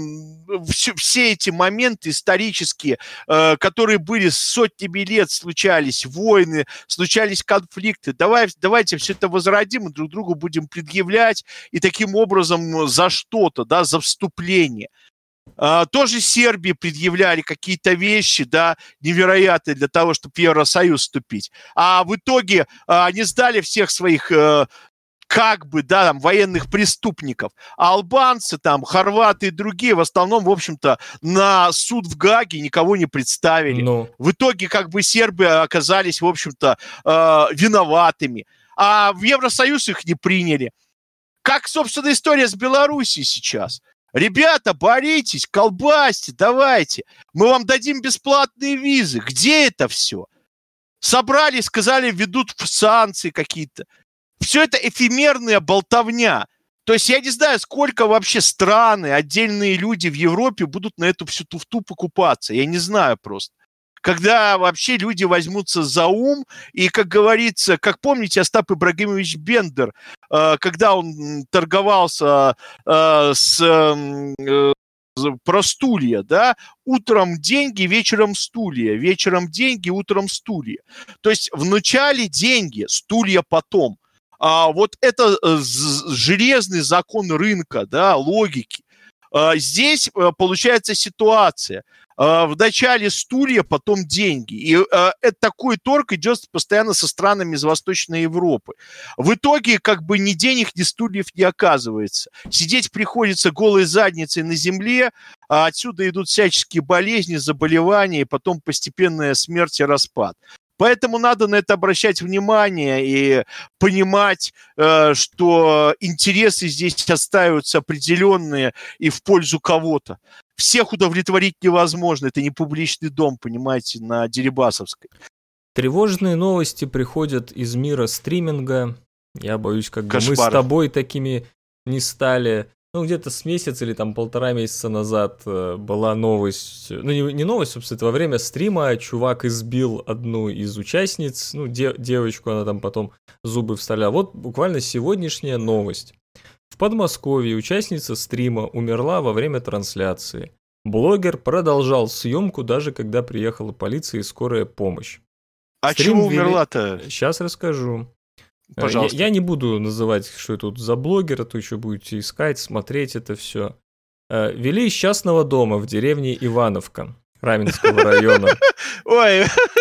м, все, все эти моменты исторические, э, которые были сотнями лет, случались войны, случались конфликты. Давай, давайте все это возродим и друг другу будем предъявлять. И таким образом за что-то, да, за вступление. А, тоже Сербии предъявляли какие-то вещи, да, невероятные для того, чтобы в Евросоюз вступить. А в итоге а, они сдали всех своих э, как бы, да, там, военных преступников. А албанцы, там, хорваты и другие в основном, в общем-то, на суд в Гааге никого не представили.
Ну,
В итоге, как бы, сербы оказались, в общем-то, э, виноватыми. А в Евросоюз их не приняли. Как, собственно, история с Белоруссией сейчас. Ребята, боритесь, колбасьте, давайте. Мы вам дадим бесплатные визы. Где это все? Собрали, сказали, ведут санкции какие-то. Все это эфемерная болтовня. То есть я не знаю, сколько вообще страны, отдельные люди в Европе будут на эту всю туфту покупаться. Я не знаю просто. Когда вообще люди возьмутся за ум, и, как говорится, как помните, Остап Ибрагимович Бендер, э, когда он м, торговался э, с м, э, про стулья, да, утром деньги, вечером стулья, вечером деньги, утром стулья. То есть вначале деньги, стулья потом. А вот это э, з- железный закон рынка, да, логики. А, Здесь э, получается ситуация. А, Вначале стулья, потом деньги. И э, это такой торг идет постоянно со странами из Восточной Европы. В итоге как бы ни денег, ни стульев не оказывается. Сидеть приходится голой задницей на земле, а отсюда идут всяческие болезни, заболевания, и потом постепенная смерть и распад. Поэтому надо на это обращать внимание и понимать, э, что интересы здесь отстаиваются определенные и в пользу кого-то. Всех удовлетворить невозможно. Это не публичный дом, понимаете, на Дерибасовской.
тревожные новости приходят из мира стриминга. Я боюсь, как бы мы с
Кошмар.
тобой такими не стали. Ну, где-то с месяца или там полтора месяца назад э, была новость, ну, не, не новость, собственно, это во время стрима чувак избил одну из участниц, ну, де- девочку, она там потом зубы вставляла. Вот буквально сегодняшняя новость. В Подмосковье участница стрима умерла во время трансляции. Блогер продолжал съемку, даже когда приехала полиция и скорая помощь.
А
Стрим
чего
вели-
умерла-то?
Сейчас расскажу. Э,
Пожалуйста.
Я, я не буду называть, что это тут за блогер, а то еще будете искать, смотреть это все. Вели из частного дома в деревне Ивановка Раменского района.
Ой,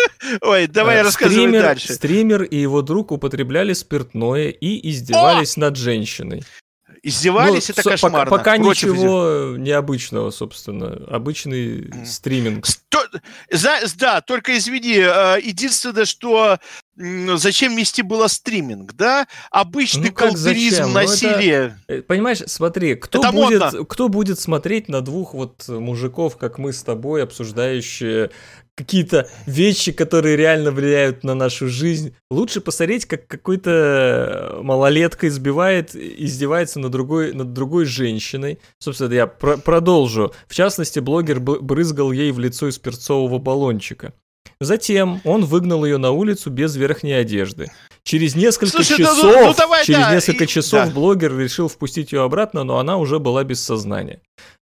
ой, давай
Э,
рассказывай
стример-
дальше.
Стример и его друг употребляли спиртное и издевались над женщиной.
Издевались,
Ну,
это
со-
кошмарно.
Пока, пока
Против
ничего необычного, собственно. Обычный стриминг.
Сто- за- Да, только извини, э, единственное, что м, зачем вести было стриминг, да? Обычный
Ну, как
колдеризм,
зачем? Ну, это-
насилие.
Э, Понимаешь, смотри, кто
Это
будет,
модно.
кто будет смотреть на двух вот мужиков, как мы с тобой, обсуждающие какие-то вещи, которые реально влияют на нашу жизнь. Лучше посмотреть, как какой-то малолетка избивает, издевается над другой, над другой женщиной. Собственно, я про- продолжу. В частности, блогер б- брызгал ей в лицо из перцового баллончика. Затем он выгнал ее на улицу без верхней одежды. Через несколько
Слушай, ну, ну,
часов,
ну, давай,
через
да,
несколько
и-
часов
да.
блогер решил впустить ее обратно, но она уже была без сознания.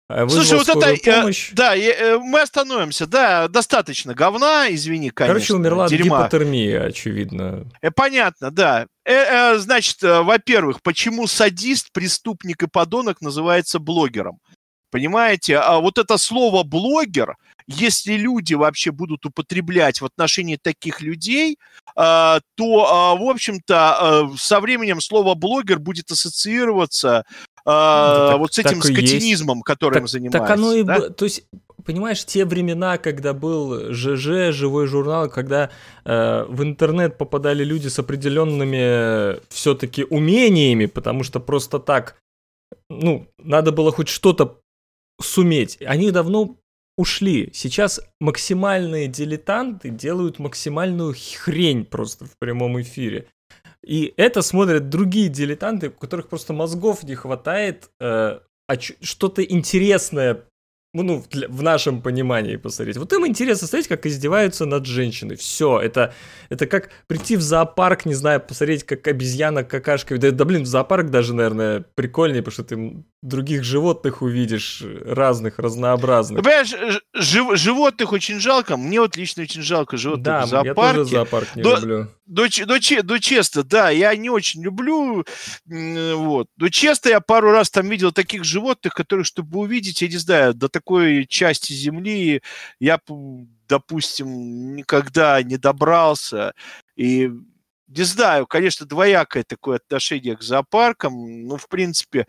вызвал
Слушай, вот
скорую
это, э,
помощь.
да, э, э, мы остановимся, да, достаточно говна, извини, конечно,
Короче, умерла от
дерьма.
гипотермии, очевидно.
Э, понятно, да. Э, э, значит, э, во-первых, почему садист, преступник и подонок называется блогером? Понимаете, а вот это слово «блогер», если люди вообще будут употреблять в отношении таких людей, а, то, а, в общем-то, а, со временем слово «блогер» будет ассоциироваться а,
Да так-
вот с этим
так и есть.
скотинизмом, которым
Так,
занимается.
так оно и
да?
было. То есть, понимаешь, те времена, когда был ЖЖ, живой журнал, когда э, в интернет попадали люди с определенными все-таки умениями, потому что просто так, ну, надо было хоть что-то суметь. Они давно ушли. Сейчас максимальные дилетанты делают максимальную хрень просто в прямом эфире. И это смотрят другие дилетанты, у которых просто мозгов не хватает э, а ч- что-то интересное, ну, для- в нашем понимании посмотреть. Вот им интересно смотреть, как издеваются над женщиной. Все, это, это как прийти в зоопарк, не знаю, посмотреть, как обезьяна какашкой. Да, да, блин, в зоопарк даже, наверное, прикольнее, потому что ты других животных увидишь, разных, разнообразных.
Понимаешь, ж- жив- животных очень жалко. Мне вот лично очень жалко животных
Да,
в зоопарке.
я тоже зоопарк не
Но-
люблю.
Но, че- но че- но честно, да, я не очень люблю, м, вот. Но честно, я пару раз там видел таких животных, которых, чтобы увидеть, я не знаю, до такой части земли я, п- допустим, никогда не добрался. И не знаю, конечно, двоякое такое отношение к зоопаркам. Ну, в принципе,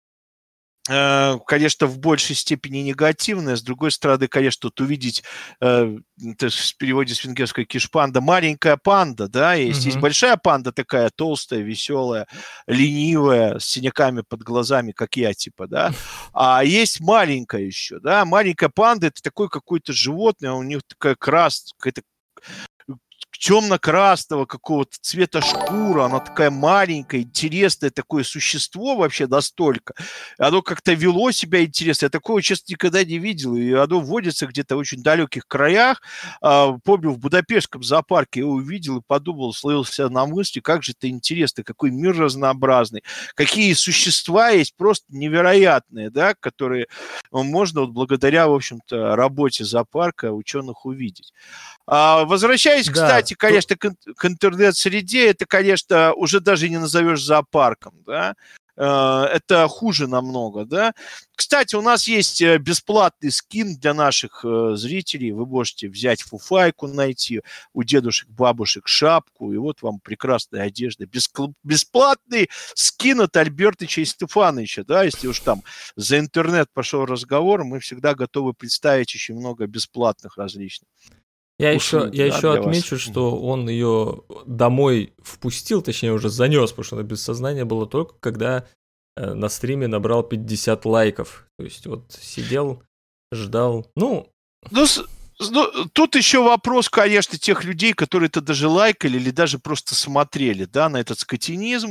э, конечно, в большей степени негативное. С другой стороны, конечно, тут увидеть, э, это в переводе с венгерского киш-панда, маленькая панда, да, есть. Есть
Мгм.
большая панда такая толстая, веселая, ленивая, с синяками под глазами, как я, типа, да. А есть маленькая еще, да. Маленькая панда — это такое какое-то животное, у них такая красная, какая-то темно-красного какого-то цвета шкура, она такая маленькая, интересное такое существо вообще настолько. Оно как-то вело себя интересно. Я такого, честно, никогда не видел. И оно водится где-то в очень далеких краях. А, помню, в Будапештском зоопарке я его увидел и подумал, словился на мысли, как же это интересно, какой мир разнообразный, какие существа есть просто невероятные, да, которые можно вот благодаря, в общем-то, работе зоопарка ученых увидеть. А, возвращаясь,
Да,
кстати,
то-
конечно, к, ин- к интернет-среде, это, конечно, уже даже не назовешь зоопарком, да, Э, это хуже намного, да. Кстати, у нас есть э, бесплатный скин для наших э, зрителей, вы можете взять фуфайку, найти у дедушек, бабушек шапку, и вот вам прекрасная одежда. Бескл- Бесплатный скин от Альбертыча и Стефановича, да, если уж там за интернет пошел разговор, мы всегда готовы представить очень много бесплатных различных.
Я
услуг,
еще, я
да,
еще
для
отмечу,
вас.
что он ее домой впустил, точнее уже занес, потому что она без сознания была только когда э, на стриме набрал пятьдесят лайков. То есть вот сидел, ждал. Ну,
Ну, с- с- ну, тут еще вопрос, конечно, тех людей, которые это даже лайкали или даже просто смотрели, да, на этот скотинизм.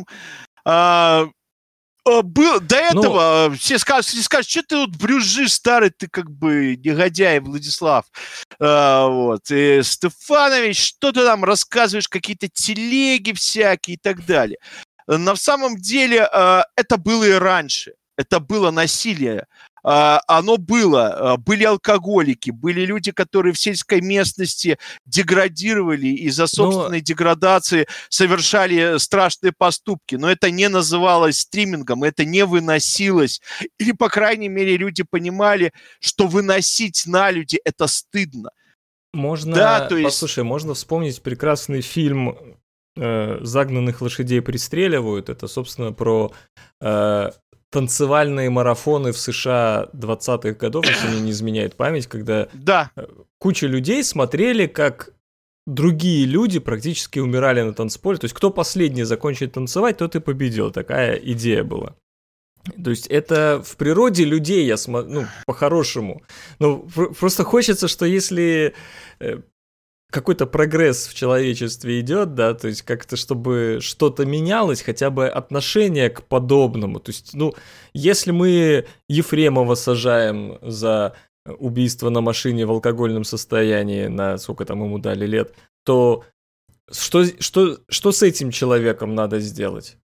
А, а, был, до
Ну-
этого все скажут, все скажут, что ты вот брюзжишь, старый ты как бы негодяй, Владислав. А, вот. И, Стефанович, что ты там рассказываешь, какие-то телеги всякие и так далее. На самом деле а, это было и раньше. Это было насилие. А, Оно было. А, Были алкоголики, были люди, которые в сельской местности деградировали и из-за собственной деградации совершали страшные поступки. Но это не называлось стримингом, это не выносилось. Или, по крайней мере, люди понимали, что выносить на люди – это стыдно.
можно,
Да, то есть-
послушай, можно вспомнить прекрасный фильм э, «Загнанных лошадей пристреливают». Это, собственно, про э, танцевальные марафоны в США двадцатых годов, если мне не изменяет память, когда
Да,
куча людей смотрели, как другие люди практически умирали на танцполе. То есть, кто последний закончит танцевать, тот и победил. Такая идея была. То есть, это в природе людей, я смотрю, ну, по-хорошему. Ну, пр- просто хочется, что если э, какой-то прогресс в человечестве идет, да, то есть как-то, чтобы что-то менялось, хотя бы отношение к подобному. То есть, ну, если мы Ефремова сажаем за убийство на машине в алкогольном состоянии, на сколько там ему дали лет, то что, что, что с этим человеком надо сделать?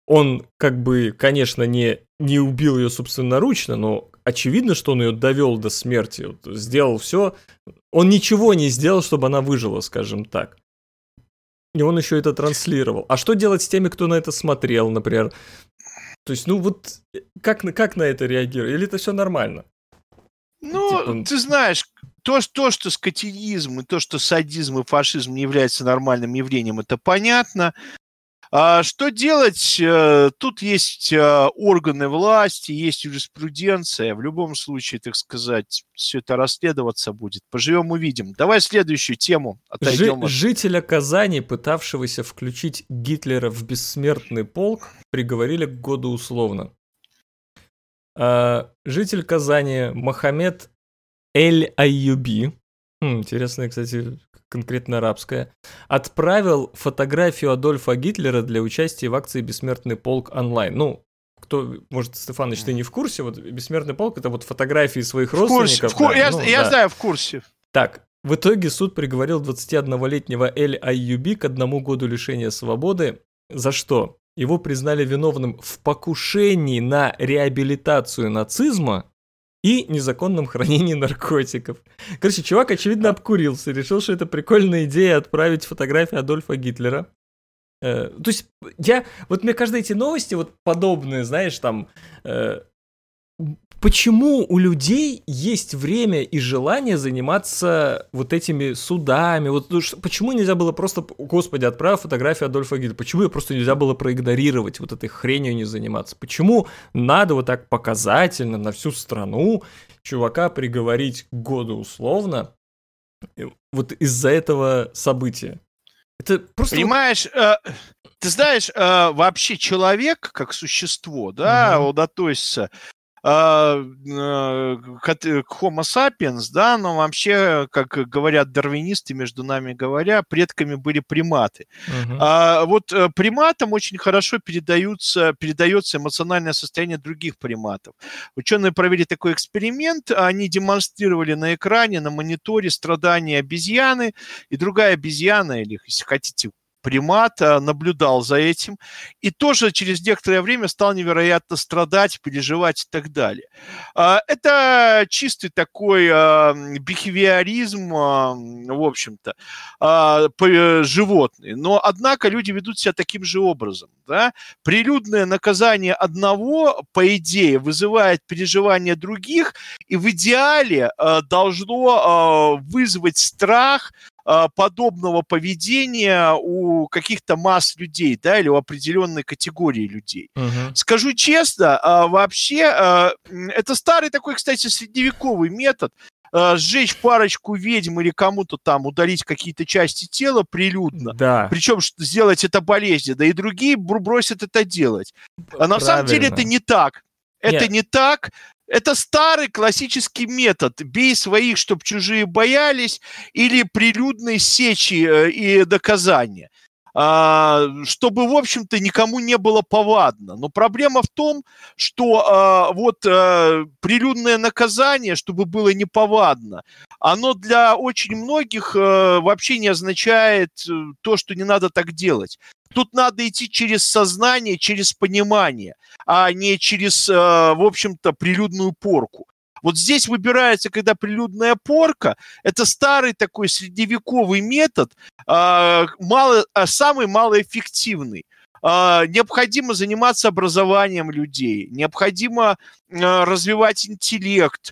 он как бы, конечно, не, не убил ее собственноручно, но очевидно, что он ее довел до смерти, вот, сделал все. Он ничего не сделал, чтобы она выжила, скажем так. И он еще это транслировал. А что делать с теми, кто на это смотрел, например? То есть, ну вот, как, как на это реагировать? Или это все нормально?
Ну,
типа...
ты знаешь, то, то, что скотинизм и то, что садизм и фашизм не являются нормальным явлением, это понятно. А что делать? Тут есть органы власти, есть юриспруденция. В любом случае, так сказать, все это расследоваться будет. Поживем, увидим. Давай следующую тему отойдем.
Жи- от... Жителя Казани, пытавшегося включить Гитлера в бессмертный полк, приговорили к году условно. А, житель Казани Мохаммед Эль-Айюби, хм, интересная, кстати, конкретно арабская, отправил фотографию Адольфа Гитлера для участия в акции «Бессмертный полк» онлайн. Ну, кто, может, Стефаныч, ты не в курсе? Вот «Бессмертный полк» — это вот фотографии своих
в курсе,
родственников.
в кур...
Да,
я
ну,
я
да.
знаю, в курсе.
Так, в итоге суд приговорил двадцатиоднолетнего Эль-Айюби к одному году лишения свободы. За что? Его признали виновным в покушении на реабилитацию нацизма и незаконном хранении наркотиков. Короче, чувак, очевидно, обкурился, решил, что это прикольная идея отправить фотографию Адольфа Гитлера. Э, то есть, я, вот мне каждые эти новости, вот подобные, знаешь, там, э, почему у людей есть время и желание заниматься вот этими судами? Вот, почему нельзя было просто, господи, отправить фотографию Адольфа Гитлера? Почему ее просто нельзя было проигнорировать, вот этой хренью не заниматься? Почему надо вот так показательно на всю страну чувака приговорить к году условно вот из-за этого события? Это просто...
Понимаешь, э, ты знаешь, э, вообще человек как существо, да, угу. он относится... к Homo sapiens, да, но вообще, как говорят дарвинисты, между нами говоря, предками были приматы. Uh-huh. А вот приматам очень хорошо передаются, передается эмоциональное состояние других приматов. Ученые провели такой эксперимент, они демонстрировали на экране, на мониторе страдания обезьяны, и другая обезьяна, или, если хотите, примат наблюдал за этим и тоже через некоторое время стал невероятно страдать, переживать и так далее. Это чистый такой бихевиоризм, в общем-то, животный. Но, однако, люди ведут себя таким же образом. Да? Прилюдное наказание одного, по идее, вызывает переживания других и в идеале должно вызвать страх подобного поведения у каких-то масс людей, да, или у определенной категории людей. Uh-huh. Скажу честно, вообще, это старый такой, кстати, средневековый метод, сжечь парочку ведьм или кому-то там удалить какие-то части тела прилюдно.
Да.
Причем сделать это болезненно, и другие бросят это делать. А на самом деле это не так. Это Нет. не так. Это старый классический метод. Бей своих, чтобы чужие боялись, или прилюдной сечи и доказания. Чтобы, в общем-то, никому не было повадно. Но проблема в том, что вот прилюдное наказание, чтобы было неповадно, оно для очень многих вообще не означает то, что не надо так делать. Тут надо идти через сознание, через понимание, а не через, в общем-то, прилюдную порку. Вот здесь выбирается, когда прилюдная порка, это старый такой средневековый метод, мало, самый малоэффективный. Необходимо заниматься образованием людей, необходимо развивать интеллект,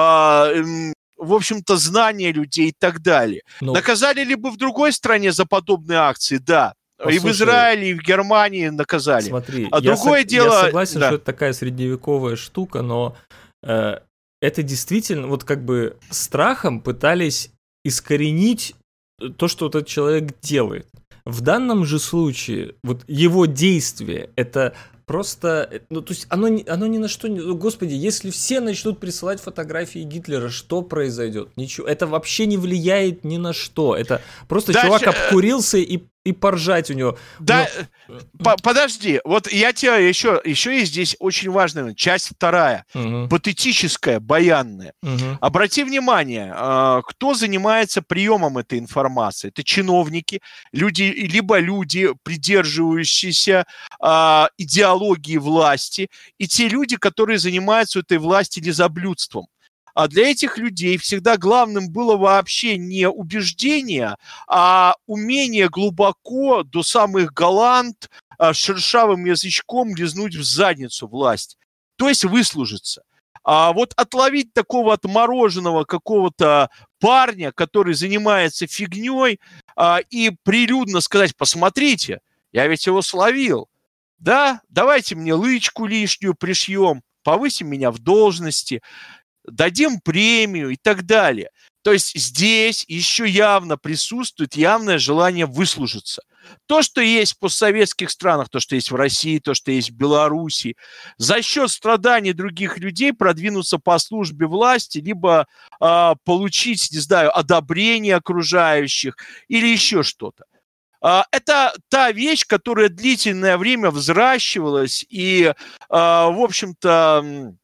в общем-то, знания людей и так далее. Ну, наказали ли бы в другой стране за подобные акции? Да. И в Израиле, и в Германии наказали.
Смотри,
а
я,
другое
со-
дело...
я согласен,
да.
что это такая средневековая штука, но э, это действительно, вот как бы страхом пытались искоренить то, что вот этот человек делает. В данном же случае, вот его действие, это просто, ну, то есть оно, оно ни на что не... Господи, если все начнут присылать фотографии Гитлера, что произойдет? Ничего. Это вообще не влияет ни на что. Это просто
Даже...
чувак обкурился и и поржать у него.
Да,
Но...
по- подожди, вот я тебе еще, еще есть здесь очень важная часть вторая,
угу.
патетическая, баянная.
Угу.
Обрати внимание, кто занимается приемом этой информации. Это чиновники, люди, либо люди, придерживающиеся идеологии власти, и те люди, которые занимаются этой власти лизоблюдством. А для этих людей всегда главным было вообще не убеждение, а умение глубоко до самых галант шершавым язычком лизнуть в задницу власть. То есть выслужиться. А вот отловить такого отмороженного какого-то парня, который занимается фигней, а, и прилюдно сказать: посмотрите, я ведь его словил. Да, давайте мне лычку лишнюю пришьем, повысим меня в должности, дадим премию и так далее. То есть здесь еще явно присутствует явное желание выслужиться. То, что есть в постсоветских странах, то, что есть в России, то, что есть в Беларуси, за счет страданий других людей продвинуться по службе власти, либо э, получить, не знаю, одобрение окружающих или еще что-то. Э, это та вещь, которая длительное время взращивалась и, э, в общем-то,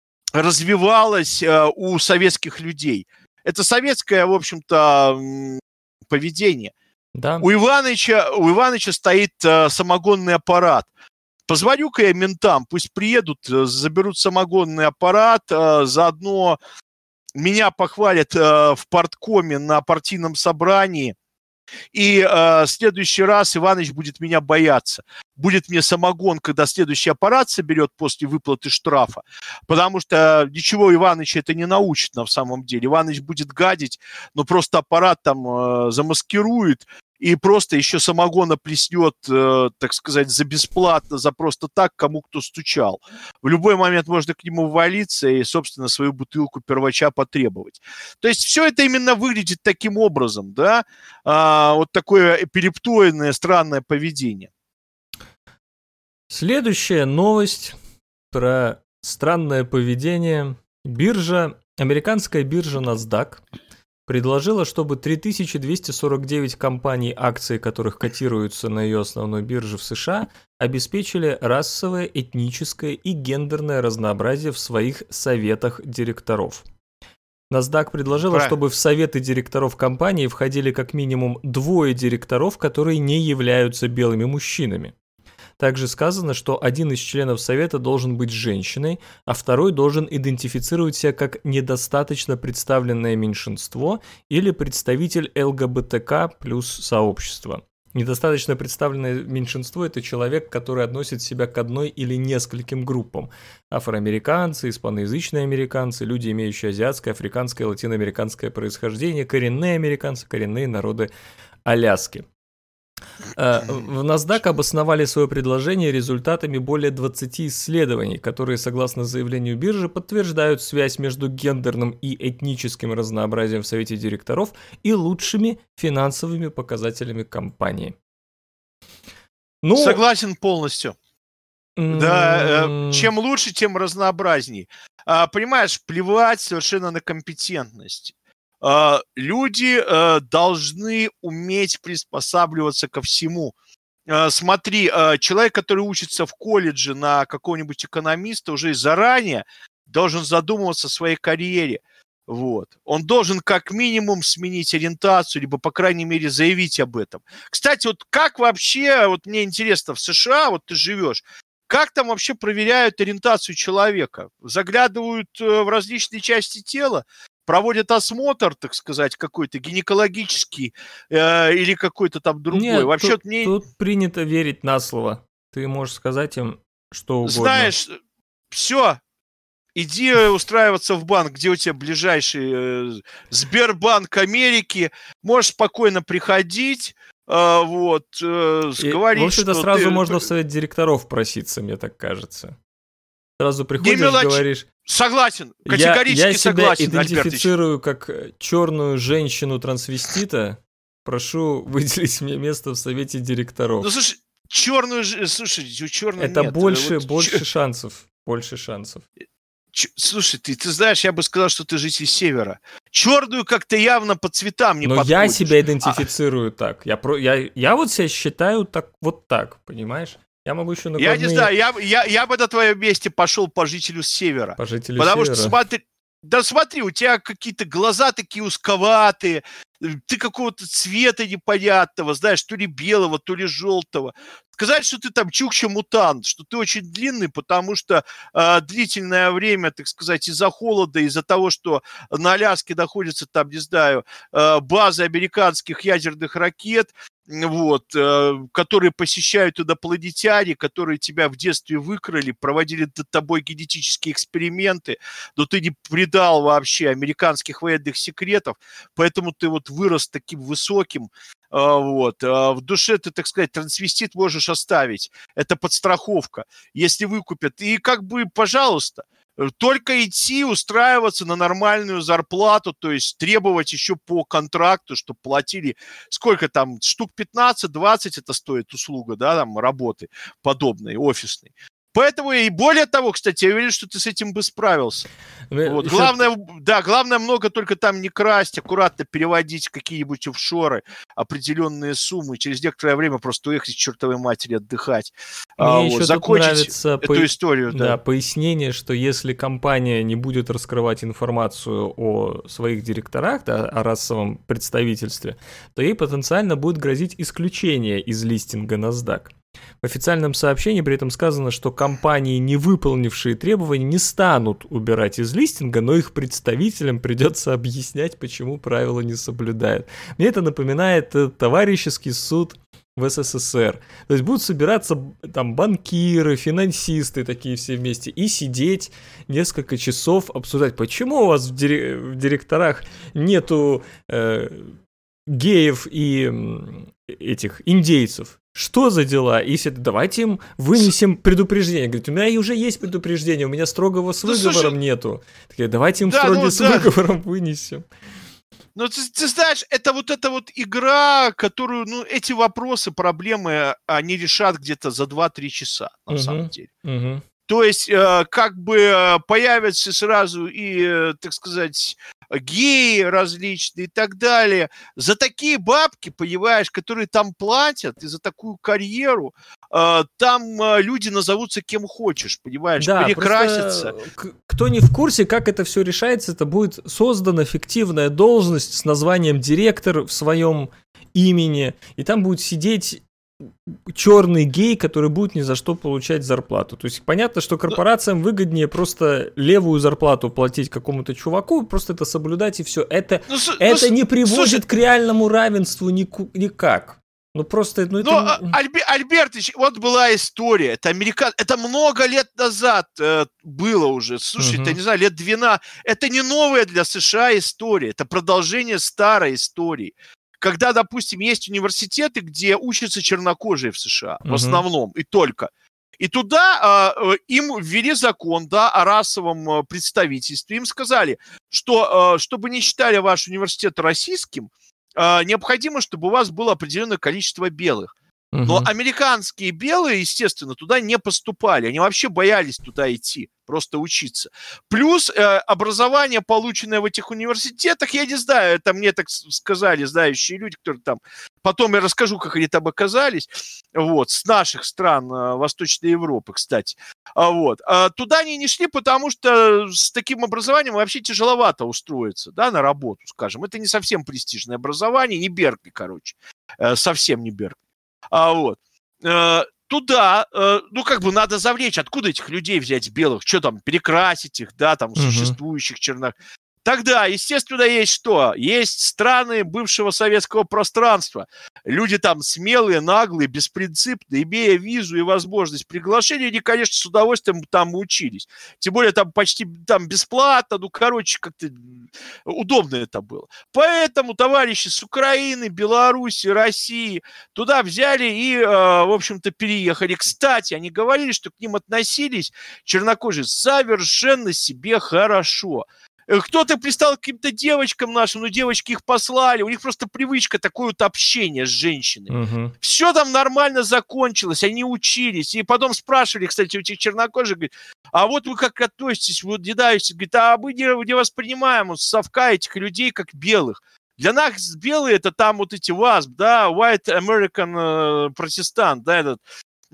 развивалась э, у советских людей. Это советское, в общем-то, поведение.
Да.
У Иваныча, у Иваныча стоит э, самогонный аппарат. Позвоню-ка я ментам, пусть приедут, заберут самогонный аппарат, э, заодно меня похвалят э, в парткоме на партийном собрании. И э, в следующий раз Иваныч будет меня бояться. Будет мне самогон, когда следующий аппарат соберет после выплаты штрафа. Потому что ничего Иваныча это не научит на самом деле. Иваныч будет гадить, но просто аппарат там э, замаскирует и просто еще самогона плеснет, э, так сказать, за бесплатно, за просто так, кому кто стучал. В любой момент можно к нему ввалиться и, собственно, свою бутылку первача потребовать. То есть все это именно выглядит таким образом, да, а, вот такое эпилептоидное странное поведение.
Следующая новость про странное поведение. Биржа, американская биржа NASDAQ предложила, чтобы три тысячи двести сорок девять компаний, акции которых котируются на ее основной бирже в США, обеспечили расовое, этническое и гендерное разнообразие в своих советах директоров. NASDAQ предложила,
Правильно.
чтобы в советы директоров компании входили как минимум двое директоров, которые не являются белыми мужчинами. Также сказано, что один из членов совета должен быть женщиной, а второй должен идентифицировать себя как недостаточно представленное меньшинство или представитель ЛГБТК плюс сообщества. Недостаточно представленное меньшинство – это человек, который относит себя к одной или нескольким группам. Афроамериканцы, испаноязычные американцы, люди, имеющие азиатское, африканское, латиноамериканское происхождение, коренные американцы, коренные народы Аляски. В NASDAQ обосновали свое предложение результатами более двадцати исследований, которые, согласно заявлению биржи, подтверждают связь между гендерным и этническим разнообразием в совете директоров и лучшими финансовыми показателями компании.
Ну, согласен полностью. М- да, чем лучше, тем разнообразней. Понимаешь, плевать совершенно на компетентность. Люди должны уметь приспосабливаться ко всему. Смотри, человек, который учится в колледже на какого-нибудь экономиста, уже заранее должен задумываться о своей карьере. Вот. Он должен как минимум сменить ориентацию, либо, по крайней мере, заявить об этом. Кстати, вот как вообще, вот мне интересно, в США, вот ты живешь, как там вообще проверяют ориентацию человека? Заглядывают в различные части тела? Проводят осмотр, так сказать, какой-то гинекологический э, или какой-то там другой.
Нет,
Вообще,
тут,
мне...
тут принято верить на слово. Ты можешь сказать им что угодно.
Знаешь, все, иди устраиваться в банк, где у тебя ближайший э, Сбербанк Америки. Можешь спокойно приходить, э, вот, э, говорить,
в общем-то,
что
сразу
ты...
можно в совет директоров проситься, мне так кажется. Сразу приходишь,
мелочь...
говоришь...
Согласен, категорически
я, я
согласен,
себя идентифицирую как черную женщину-трансвестита. Прошу выделить мне место в совете директоров.
Ну, слушай, черную... Слушай, у черной
Это
нет.
больше,
вот...
больше шансов. Больше шансов.
Ч- Слушай, ты, ты знаешь, я бы сказал, что ты житель севера. Черную как-то явно по цветам не
Но
подходишь.
я себя
А,
идентифицирую так. Я, про, я, я вот себя считаю так, вот так, понимаешь? Я могу еще
я не
накладные
знаю, я, я, я бы на твоем месте пошел по жителю севера.
по жителю
Потому что
севера.
смотри, да смотри, у тебя какие-то глаза такие узковатые, э, ты какого-то цвета непонятного, знаешь, то ли белого, то ли желтого. Сказать, что ты там чукча-мутант, что ты очень длинный, потому что э, длительное время, так сказать, из-за холода, из-за того, что на Аляске находится там, не знаю, э, базы американских ядерных ракет, вот, э, которые посещают инопланетяне, которые тебя в детстве выкрали, проводили над тобой генетические эксперименты, но ты не предал вообще американских военных секретов, поэтому ты вот вырос таким высоким, а, вот, а в душе ты, так сказать, трансвестит можешь оставить, это подстраховка, если выкупят, и как бы, пожалуйста, только идти, устраиваться на нормальную зарплату, то есть требовать еще по контракту, чтобы платили, сколько там, штук пятнадцать-двадцать это стоит услуга, да, там, работы подобной, офисной. Поэтому и более того, кстати, я уверен, что ты с этим бы справился. Вот.
Еще
Главное, да, главное много только там не красть, аккуратно переводить в какие-нибудь офшоры определенные суммы, через некоторое время просто уехать к чертовой матери отдыхать.
Мне
А,
еще
вот,
тут
закончить
нравится
эту
по-
историю.
да,
Да.
пояснение, что если компания не будет раскрывать информацию о своих директорах, да, о расовом представительстве, то ей потенциально будет грозить исключение из листинга NASDAQ. В официальном сообщении при этом сказано, что компании, не выполнившие требования, не станут убирать из листинга, но их представителям придется объяснять, почему правила не соблюдают. Мне это напоминает э, товарищеский суд в СССР. То есть будут собираться там банкиры, финансисты такие все вместе и сидеть несколько часов обсуждать, почему у вас в, дире- в директорах нету э, геев и м, этих индейцев. Что за дела? И все, давайте им вынесем предупреждение. Говорит, у меня уже есть предупреждение, у меня строгого с
Да,
выговором
слушай,
нету. Такие, давайте им
да,
строгий
ну
с
да.
выговором вынесем.
Ну, ты, ты знаешь, это вот эта вот игра, которую, ну, эти вопросы, проблемы, они решат где-то за два-три часа, на самом
Мгм,
деле.
мгм.
То есть, э, как бы э, появятся сразу и, э, так сказать, геи различные и так далее. За такие бабки, понимаешь, которые там платят, и за такую карьеру, э, там э, люди назовутся кем хочешь, понимаешь,
Да,
перекрасятся.
просто к- кто не в курсе, как это все решается, это будет создана фиктивная должность с названием директор в своем имени, и там будет сидеть черный гей, который будет ни за что получать зарплату. То есть понятно, что корпорациям выгоднее просто левую зарплату платить какому-то чуваку, просто это соблюдать и все. Это,
Ну, с- ну,
это
с-
не приводит
слушай,
к реальному равенству нику- никак. Ну просто, ну
Ну,
это...
а, Альбе- Альбертович, вот была история. Это американ... Это много лет назад э, было уже. Слушай, это,
Мгм.
не знаю, лет двенадцать. Это не новая для США история. Это продолжение старой истории. Когда, допустим, есть университеты, где учатся чернокожие в США, в
Мгм.
основном, и только. И туда э, э, им ввели закон, да, о расовом э, представительстве. Им сказали, что, э, чтобы не считали ваш университет российским, э, необходимо, чтобы у вас было определенное количество белых. Но
Мгм.
американские белые, естественно, туда не поступали. Они вообще боялись туда идти, просто учиться. Плюс э, образование, полученное в этих университетах, я не знаю, это мне так с- сказали знающие люди, которые там... Потом я расскажу, как они там оказались. Вот, с наших стран э, Восточной Европы, кстати. А вот. А туда они не шли, потому что с таким образованием вообще тяжеловато устроиться, да, на работу, скажем. Это не совсем престижное образование, не Беркли, короче. Э, совсем не Беркли. А вот. Э, Туда, э, ну, как бы надо завлечь. Откуда этих людей взять белых? Что там, перекрасить их, да, там,
Мгм.
существующих чернах? Тогда, естественно, есть что? Есть страны бывшего советского пространства. Люди там смелые, наглые, беспринципные, имея визу и возможность приглашения, они, конечно, с удовольствием там учились. Тем более там почти там бесплатно, ну, короче, как-то удобно это было. Поэтому товарищи с Украины, Беларуси, России туда взяли и, э, в общем-то, переехали. Кстати, они говорили, что к ним относились чернокожие совершенно себе хорошо. Кто-то пристал к каким-то девочкам нашим, но девочки их послали. У них просто привычка такое вот общение с женщиной.
Угу.
Все там нормально закончилось, они учились. И потом спрашивали, кстати, у этих чернокожих, говорит, а вот вы как относитесь, вот дедаетесь, говорит, а мы не, не воспринимаем вот, совка этих людей как белых. Для нас белые это там вот эти васп, да, White American э, протестант, да, этот,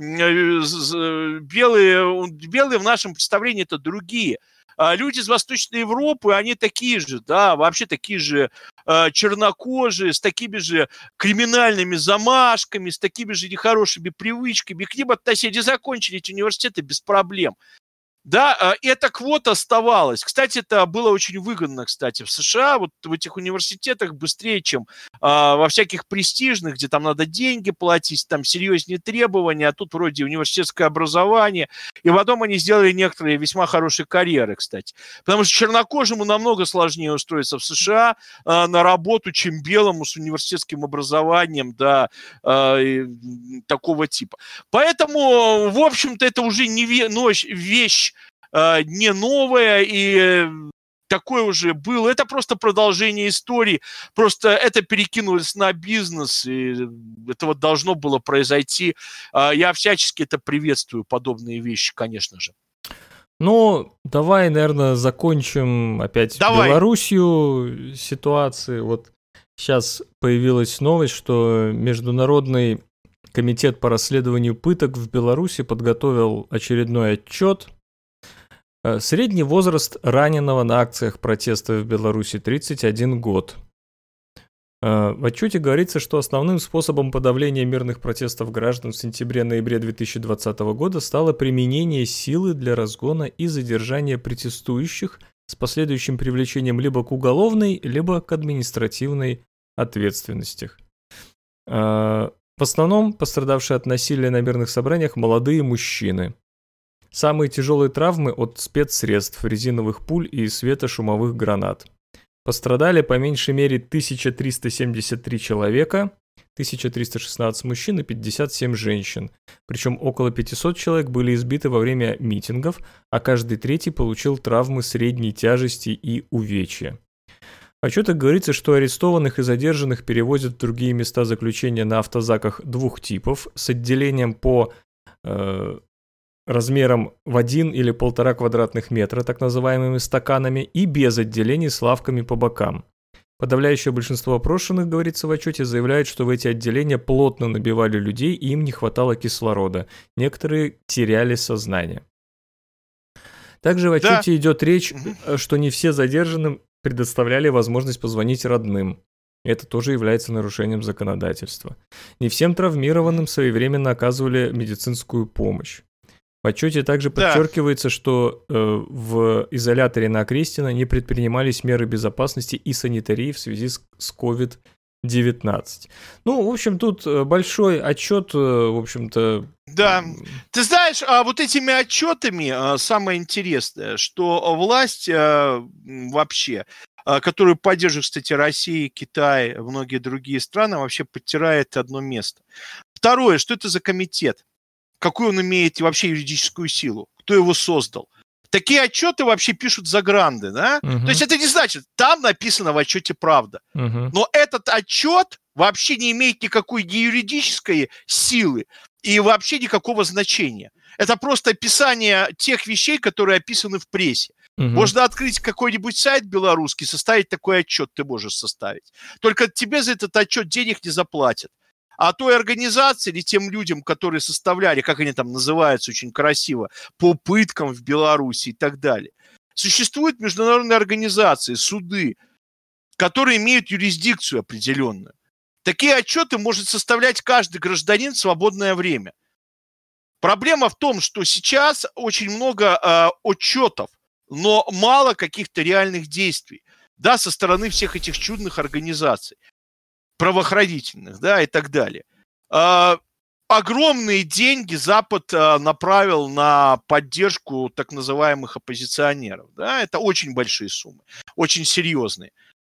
э, белые, белые в нашем представлении это другие. А люди из Восточной Европы, они такие же, да, вообще такие же э, чернокожие, с такими же криминальными замашками, с такими же нехорошими привычками. К ним относились, они закончили эти университеты без проблем. Да, эта квота оставалась. Кстати, это было очень выгодно, кстати, в США, вот в этих университетах быстрее, чем а, во всяких престижных, где там надо деньги платить, там серьезнее требования, а тут вроде университетское образование. И потом они сделали некоторые весьма хорошие карьеры, кстати. Потому что чернокожему намного сложнее устроиться в США а, на работу, чем белому с университетским образованием, да, а, и, такого типа. Поэтому, в общем-то, это уже не ве- ночь, вещь не новое, и такое уже было. Это просто продолжение истории. Просто это перекинулось на бизнес, и этого должно было произойти. Я всячески это приветствую, подобные вещи, конечно же.
Ну, давай, наверное, закончим опять
давай.
Белоруссию ситуации. Вот сейчас появилась новость, что Международный комитет по расследованию пыток в Беларуси подготовил очередной отчет. Средний возраст раненого на акциях протеста в Беларуси тридцать один год. В отчете говорится, что основным способом подавления мирных протестов граждан в сентябре-ноябре две тысячи двадцатого года стало применение силы для разгона и задержания протестующих с последующим привлечением либо к уголовной, либо к административной ответственности. В основном пострадавшие от насилия на мирных собраниях молодые мужчины. Самые тяжелые травмы от спецсредств, резиновых пуль и светошумовых гранат. Пострадали по меньшей мере тысяча триста семьдесят три человека, тысяча триста шестнадцать мужчин и пятьдесят семь женщин. Причем около пятьсот человек были избиты во время митингов, а каждый третий получил травмы средней тяжести и увечья. В отчетах говорится, что арестованных и задержанных перевозят в другие места заключения на автозаках двух типов с отделением по э, размером в один или полтора квадратных метра, так называемыми стаканами, и без отделений с лавками по бокам. Подавляющее большинство опрошенных, говорится в отчете, заявляют, что в эти отделения плотно набивали людей и им не хватало кислорода. Некоторые теряли сознание. Также в отчете да. идет речь, что не все задержанным предоставляли возможность позвонить родным. Это тоже является нарушением законодательства. Не всем травмированным своевременно оказывали медицинскую помощь. В отчете также да. подчеркивается, что э, в изоляторе на Крестина не предпринимались меры безопасности и санитарии в связи с, с ковид девятнадцать. Ну, в общем, тут большой отчет, в общем-то...
Да, ты знаешь, вот этими отчетами самое интересное, что власть вообще, которую поддерживают, кстати, Россия, Китай, многие другие страны, вообще подтирает одно место. Второе, что это за комитет? Какую он имеет вообще юридическую силу? Кто его создал? Такие отчеты вообще пишут за гранды, да? Uh-huh. То есть это не значит, там написано в отчете правда. Uh-huh. Но этот отчет вообще не имеет никакой ни юридической силы и вообще никакого значения. Это просто описание тех вещей, которые описаны в прессе. Uh-huh. Можно открыть какой-нибудь сайт белорусский, составить такой отчет ты можешь составить. Только тебе за этот отчет денег не заплатят. А той организации или тем людям, которые составляли, как они там называются очень красиво, по пыткам в Беларуси и так далее. Существуют международные организации, суды, которые имеют юрисдикцию определенную. Такие отчеты может составлять каждый гражданин в свободное время. Проблема в том, что сейчас очень много э, отчетов, но мало каких-то реальных действий, да, со стороны всех этих чудных организаций. Правоохранительных, да, и так далее. А, огромные деньги Запад а, направил на поддержку так называемых оппозиционеров, да, это очень большие суммы, очень серьезные.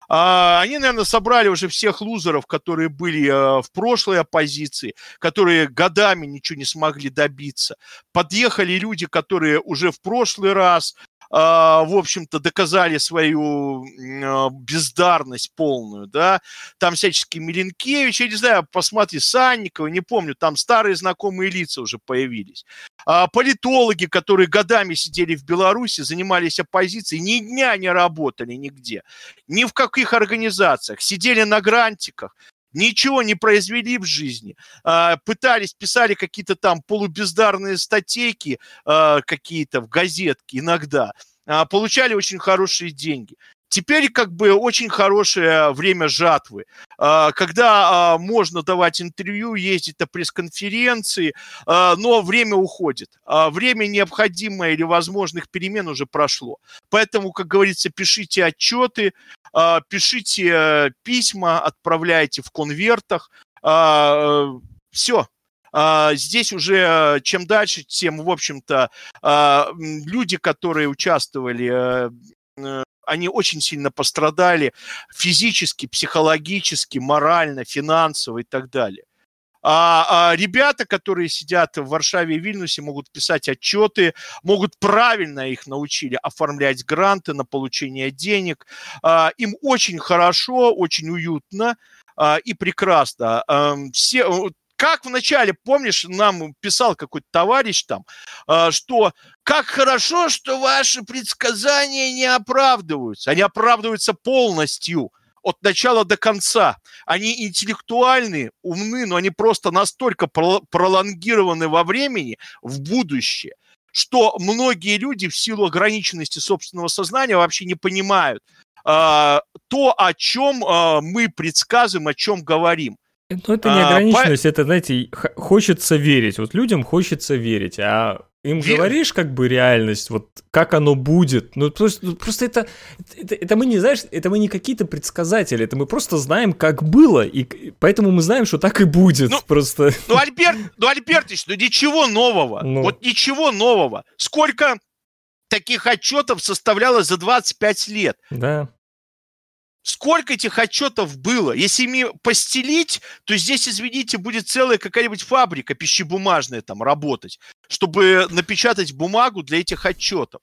А, они, наверное, собрали уже всех лузеров, которые были а, в прошлой оппозиции, которые годами ничего не смогли добиться. Подъехали люди, которые уже в прошлый раз в общем-то, доказали свою бездарность полную, да, там всяческие Миленкевич, я не знаю, посмотри, Санникова, не помню, там старые знакомые лица уже появились. Политологи, которые годами сидели в Беларуси, занимались оппозицией, ни дня не работали нигде, ни в каких организациях, сидели на грантиках, ничего не произвели в жизни, пытались, писали какие-то там полубездарные статейки какие-то в газетке иногда, получали очень хорошие деньги. Теперь как бы очень хорошее время жатвы, когда можно давать интервью, ездить на пресс-конференции, но время уходит. Время необходимое или возможных перемен уже прошло. Поэтому, как говорится, пишите отчеты, пишите письма, отправляйте в конвертах. Все. Здесь уже чем дальше, тем, в общем-то, люди, которые участвовали, они очень сильно пострадали физически, психологически, морально, финансово и так далее. А, а ребята, которые сидят в Варшаве и Вильнюсе, могут писать отчеты, могут правильно их научили оформлять гранты на получение денег. А, им очень хорошо, очень уютно а, и прекрасно. А, все... Как вначале, помнишь, нам писал какой-то товарищ там, что как хорошо, что ваши предсказания не оправдываются. Они оправдываются полностью, от начала до конца. Они интеллектуальны, умны, но они просто настолько пролонгированы во времени, в будущее, что многие люди в силу ограниченности собственного сознания вообще не понимают то, о чем мы предсказываем, о чем говорим.
Ну, это не ограниченность, а, это, знаете, хочется верить. Вот людям хочется верить, а им Вер... говоришь как бы реальность, вот как оно будет. Ну, просто, просто это, это, это мы не, знаешь, это мы не какие-то предсказатели, это мы просто знаем, как было, и поэтому мы знаем, что так и будет.
Ну,
просто.
ну Альберт, ну, Альбертович, ну ничего нового, ну. вот ничего нового. Сколько таких отчетов составлялось за двадцать пять лет?
Да.
Сколько этих отчетов было? Если ими постелить, то здесь, извините, будет целая какая-нибудь фабрика пищебумажная там работать, чтобы напечатать бумагу для этих отчетов.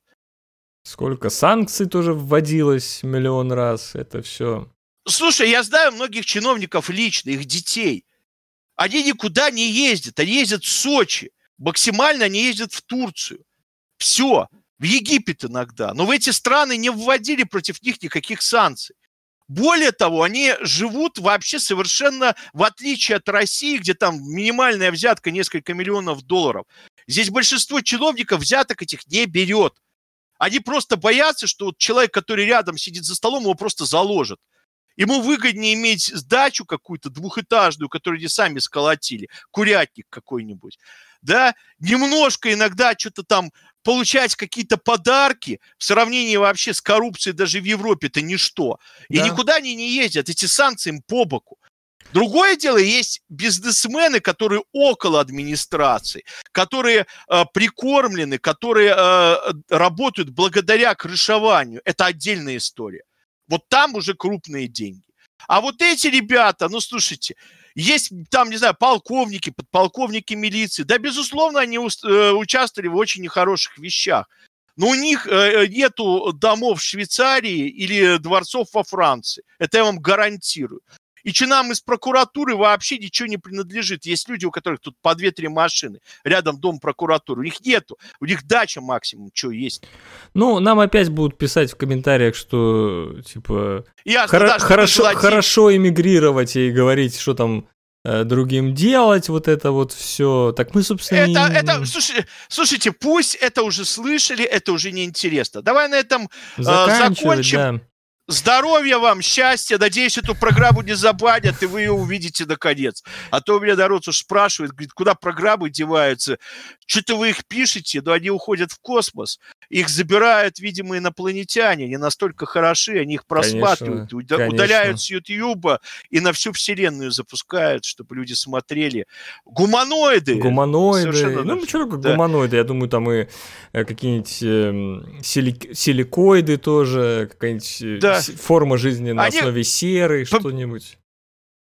Сколько санкций тоже вводилось миллион раз, это все.
Слушай, я знаю многих чиновников лично, их детей. Они никуда не ездят, они ездят в Сочи. Максимально они ездят в Турцию. Все. В Египет иногда. Но в эти страны не вводили против них никаких санкций. Более того, они живут вообще совершенно в отличие от России, где там минимальная взятка несколько миллионов долларов. Здесь большинство чиновников взяток этих не берет. Они просто боятся, что вот человек, который рядом сидит за столом, его просто заложат. Ему выгоднее иметь дачу какую-то двухэтажную, которую они сами сколотили, курятник какой-нибудь. Да, немножко иногда что-то там получать какие-то подарки в сравнении вообще с коррупцией даже в Европе это ничто. И да. Никуда они не ездят, эти санкции им по боку. Другое дело, есть бизнесмены, которые около администрации, которые э, прикормлены, которые э, работают благодаря крышеванию. Это отдельная история. Вот там уже крупные деньги. А вот эти ребята, ну слушайте, есть там, не знаю, полковники, подполковники милиции. Да, безусловно, они э, участвовали в очень нехороших вещах. Но у них э, нету домов в Швейцарии или дворцов во Франции. Это я вам гарантирую. И чинам из прокуратуры вообще ничего не принадлежит. Есть люди, у которых тут по две-три машины. Рядом дом прокуратуры. У них нету. У них дача максимум, что есть.
Ну, нам опять будут писать в комментариях, что, типа,
Ясно,
хор-
да,
хорошо, хорошо эмигрировать и говорить, что там э, другим делать, вот это вот все. Так мы, собственно...
Это,
не...
это, слушайте, слушайте, пусть это уже слышали, это уже неинтересно. Давай на этом э, закончим. Да. Здоровья вам, счастья. Надеюсь, эту программу не забанят, и вы ее увидите наконец. А то у меня народ уж спрашивает, говорит, куда программы деваются? Что-то вы их пишете, но они уходят в космос. Их забирают, видимо, инопланетяне. Они настолько хороши, они их просматривают, конечно, уда- удаляют с Ютьюба и на всю вселенную запускают, чтобы люди смотрели. Гуманоиды.
Гуманоиды. Совершенно ну, что такое да. гуманоиды? Я думаю, там и какие-нибудь э, силик- силикоиды тоже, какая-нибудь... Да. Форма жизни на они... основе серы, что-нибудь.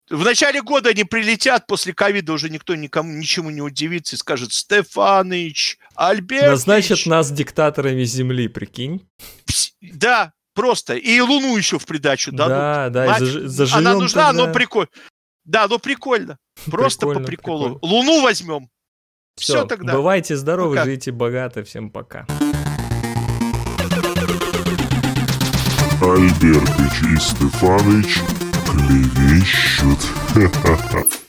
В начале года они прилетят, после ковида уже никто никому ничему не удивится и скажет: Стефаныч, Альбертович.
Назначат нас диктаторами Земли, прикинь.
Пс, да, просто. И Луну еще в придачу дадут.
Да, да,
Мать,
и заж, заживем
она нужна,
тогда.
но прикольно. Да, но прикольно. Просто
Прикольно,
по приколу.
прикольно.
Луну возьмем. Все,
Все,
тогда.
бывайте здоровы,
Пока.
живите богато, всем пока.
Альбертыч и Стефаныч клевещут. Ха-ха-ха.